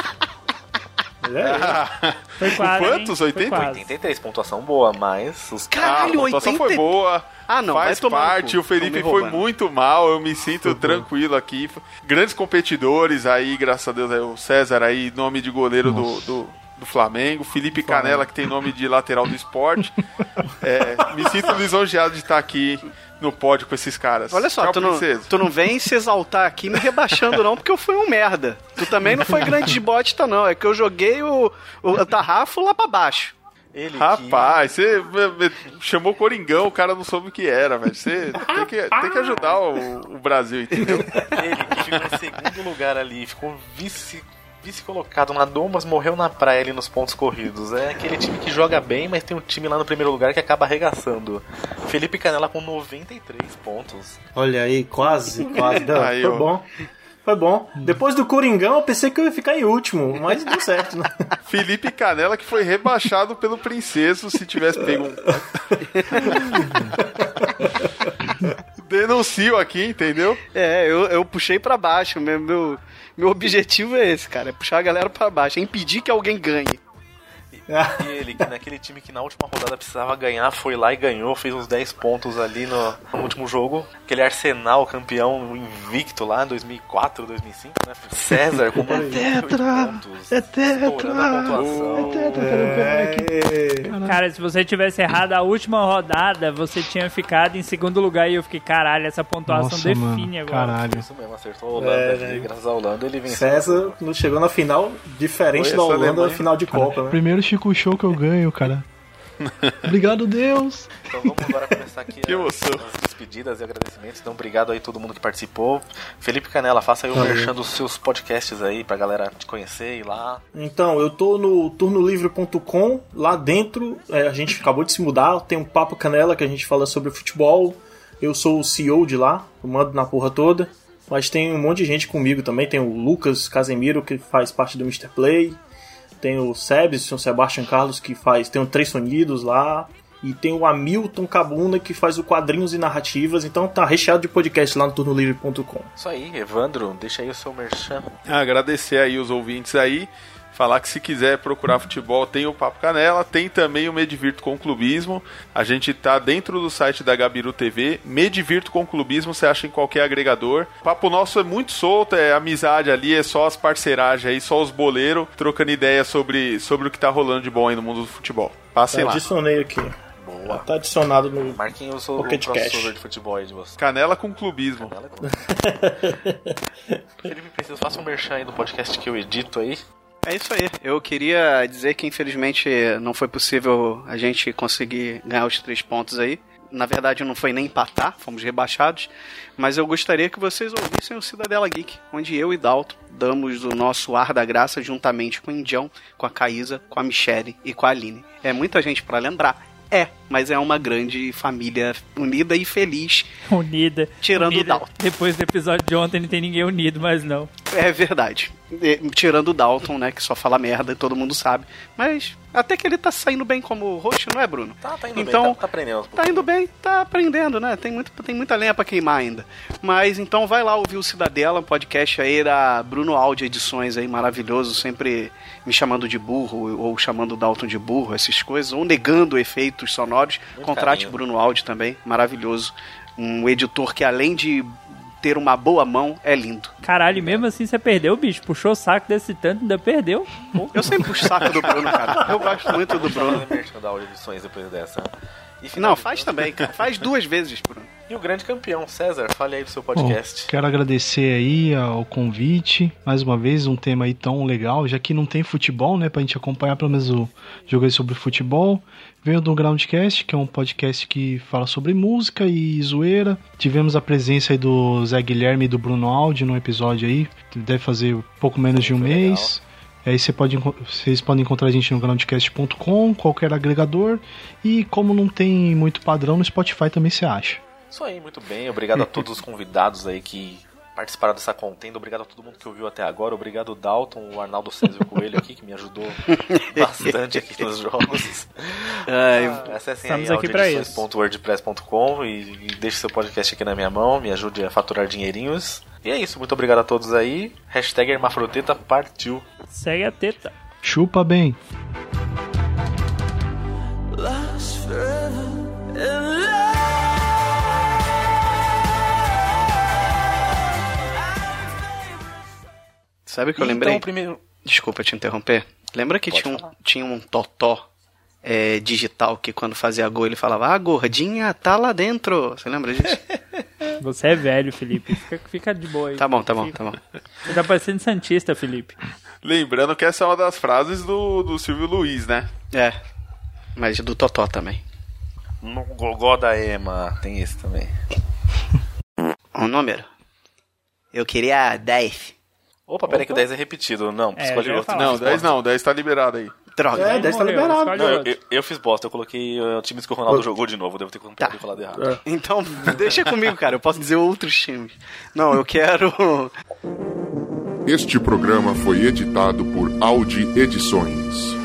Foi quase, Quantos? hein? oitenta? Foi quase. oitenta e três, pontuação boa, mas os Caralho, a pontuação oitenta foi boa. Ah, não, faz vai tomar no parte. cu. O Felipe Tão me foi roubando. muito mal. Eu me sinto tranquilo aqui. Grandes competidores aí, graças a Deus. Aí, o César aí, nome de goleiro do, do, do Flamengo. Felipe Canela, que tem nome de lateral do esporte. É, me sinto lisonjeado de estar aqui no pódio com esses caras. Olha só, Tchau, tu não, princesa. tu não vem se exaltar aqui me rebaixando não, porque eu fui um merda. Tu também não foi grande de bosta não, é que eu joguei o, o Tarrafo lá pra baixo. Ele Rapaz, você me- me chamou Coringão, o cara não soube o que era, velho. Você tem que, tem que ajudar o, o Brasil, entendeu? Ele que ficou em segundo lugar ali, ficou vice, vice colocado na Domas, morreu na praia ali nos pontos corridos. É aquele time que joga bem, mas tem um time lá no primeiro lugar que acaba arregaçando. Felipe Canela com noventa e três pontos. Olha aí, quase, quase. Não, Aí, foi ó. bom. Foi bom. Depois do Coringão, eu pensei que eu ia ficar em último, mas deu certo, né? Felipe Canela que foi rebaixado pelo Princeso se tivesse pego um. Denuncio aqui, entendeu? É, eu, eu puxei pra baixo, meu, meu, meu objetivo é esse, cara, é puxar a galera pra baixo, é impedir que alguém ganhe. E ele, que naquele time que na última rodada precisava ganhar, foi lá e ganhou, fez uns dez pontos ali no, no último jogo. Aquele Arsenal campeão invicto lá em dois mil e quatro, dois mil e cinco, né? César com noventa e oito pontos. É tetra! Estourando a pontuação. É tetra, quero pegar aqui. Cara, se você tivesse errado a última rodada, você tinha ficado em segundo lugar e eu fiquei, caralho, essa pontuação Nossa, define mano, agora. caralho. Isso mesmo, acertou a Holanda É, ali, né? graças à Holanda ele venceu. César não chegou na final, diferente Foi da essa Holanda, Alemanha. na final de Copa, né? Primeiro Chico Show que eu ganho, cara. Obrigado, Deus. Então vamos agora começar aqui Que a- emoção. as despedidas e agradecimentos. Então obrigado aí todo mundo que participou. Felipe Canela, faça aí o Valeu. merchan dos seus podcasts aí pra galera te conhecer e ir lá. Então, eu tô no turno livre ponto com, lá dentro, é, a gente acabou de se mudar, tem um Papo Canela que a gente fala sobre futebol, eu sou o C E O de lá, eu mando na porra toda, mas tem um monte de gente comigo também, tem o Lucas Casemiro que faz parte do mister Play, tem o Sebs, o Sebastian Carlos que faz, tem o Três Sonidos lá, e tem o Hamilton Cabuna que faz o Quadrinhos e Narrativas, então tá recheado de podcast lá no turno livre ponto com. Isso aí, Evandro, deixa aí o seu merchan. Agradecer aí os ouvintes aí. Falar que se quiser procurar futebol, tem o Papo Canela, tem também o Me Divirto com Clubismo. A gente tá dentro do site da Gabiru T V. Me Divirto com Clubismo, você acha em qualquer agregador. O papo nosso é muito solto, é amizade ali, é só as parceiragens aí, só os boleiros, trocando ideia sobre, sobre o que tá rolando de bom aí no mundo do futebol. Passem Tá, lá. adicionei aqui. Boa. Tá adicionado no Marquinhos, o, o Pocket crossover Cash. de futebol aí de você. Canela com Clubismo. Canela com... Felipe, preciso faça um merchan aí do podcast que eu edito aí. É isso aí. Eu queria dizer que infelizmente não foi possível a gente conseguir ganhar os três pontos aí. Na verdade não foi nem empatar, fomos rebaixados. Mas eu gostaria que vocês ouvissem o Cidadela Geek, onde eu e Dalton damos o nosso ar da graça juntamente com o Indião, com a Caísa, com a Michele e com a Aline. É muita gente pra lembrar. É, mas é uma grande família unida e feliz. Unida. Tirando unida. o Dalton. Depois do episódio de ontem não tem ninguém unido, mas não. É verdade. E, tirando o Dalton, né, que só fala merda e todo mundo sabe. Mas até que ele tá saindo bem como host, não é, Bruno? Tá, tá indo então, bem, tá, tá aprendendo. Tá indo bem, tá aprendendo, né? Tem, muito, tem muita lenha pra queimar ainda. Mas então vai lá ouvir o Cidadela, um podcast aí da Bruno Áudio Edições aí, maravilhoso, sempre me chamando de burro, ou chamando o Dalton de burro, essas coisas, ou negando efeitos sonoros. Muito Contrate carinho. Bruno Áudio também, maravilhoso. Um editor que além de ter uma boa mão, é lindo. Caralho, mesmo assim você perdeu, bicho. Puxou o saco desse tanto, ainda perdeu. Pô. Eu sempre puxo o saco do Bruno, cara. Eu gosto muito do Bruno. Da Áudio Edições depois dessa. E Não, faz também, cara. Faz duas vezes, Bruno. E o grande campeão, César, fale aí do seu podcast. Bom, quero agradecer aí ao convite, mais uma vez, um tema aí tão legal, já que não tem futebol, né, pra gente acompanhar pelo menos o jogo aí sobre futebol. Veio do Groundcast, que é um podcast que fala sobre música e zoeira. Tivemos a presença aí do Zé Guilherme e do Bruno Aldi no episódio aí, deve fazer pouco menos de um mês. Aí você pode, vocês podem encontrar a gente no groundcast ponto com, qualquer agregador. E como não tem muito padrão, no Spotify também você acha. Isso aí, muito bem. Obrigado a todos os convidados aí que participaram dessa contenda. Obrigado a todo mundo que ouviu até agora. Obrigado, Dalton, o Arnaldo César e o Coelho aqui, que me ajudou bastante aqui nos jogos. Ah, acessem aí audiedições ponto wordpress ponto com e, e deixe seu podcast aqui na minha mão. Me ajude a faturar dinheirinhos. E é isso, muito obrigado a todos aí. Hashtag Hermafrodita partiu. Segue a teta. Chupa bem. Sabe o que eu então, lembrei? Primeiro... Desculpa te interromper. Lembra que tinha um, tinha um totó é, digital que quando fazia gol ele falava: ah, gordinha, tá lá dentro. Você lembra disso? Você é velho, Felipe. Fica, fica de boa aí. Tá bom, tá bom, tá bom. Você tá parecendo Santista, Felipe. Lembrando que essa é uma das frases do, do Silvio Luiz, né? É, mas do Totó também. No Gogó da Ema, tem esse também. Um número? Eu queria dez. Opa, peraí que o dez é repetido. Não, É, escolhe já ia outro. falar. Não, dez não, dez tá liberado aí. Droga. É, dez tá morreu, liberado. escolhe Não, eu, outro. eu, eu fiz bosta, eu coloquei uh, times que o Ronaldo jogou de novo, devo ter comprado e falado errado. Então, deixa comigo, cara. Eu posso dizer outros times. Não, eu quero... Este programa foi editado por Audi Edições.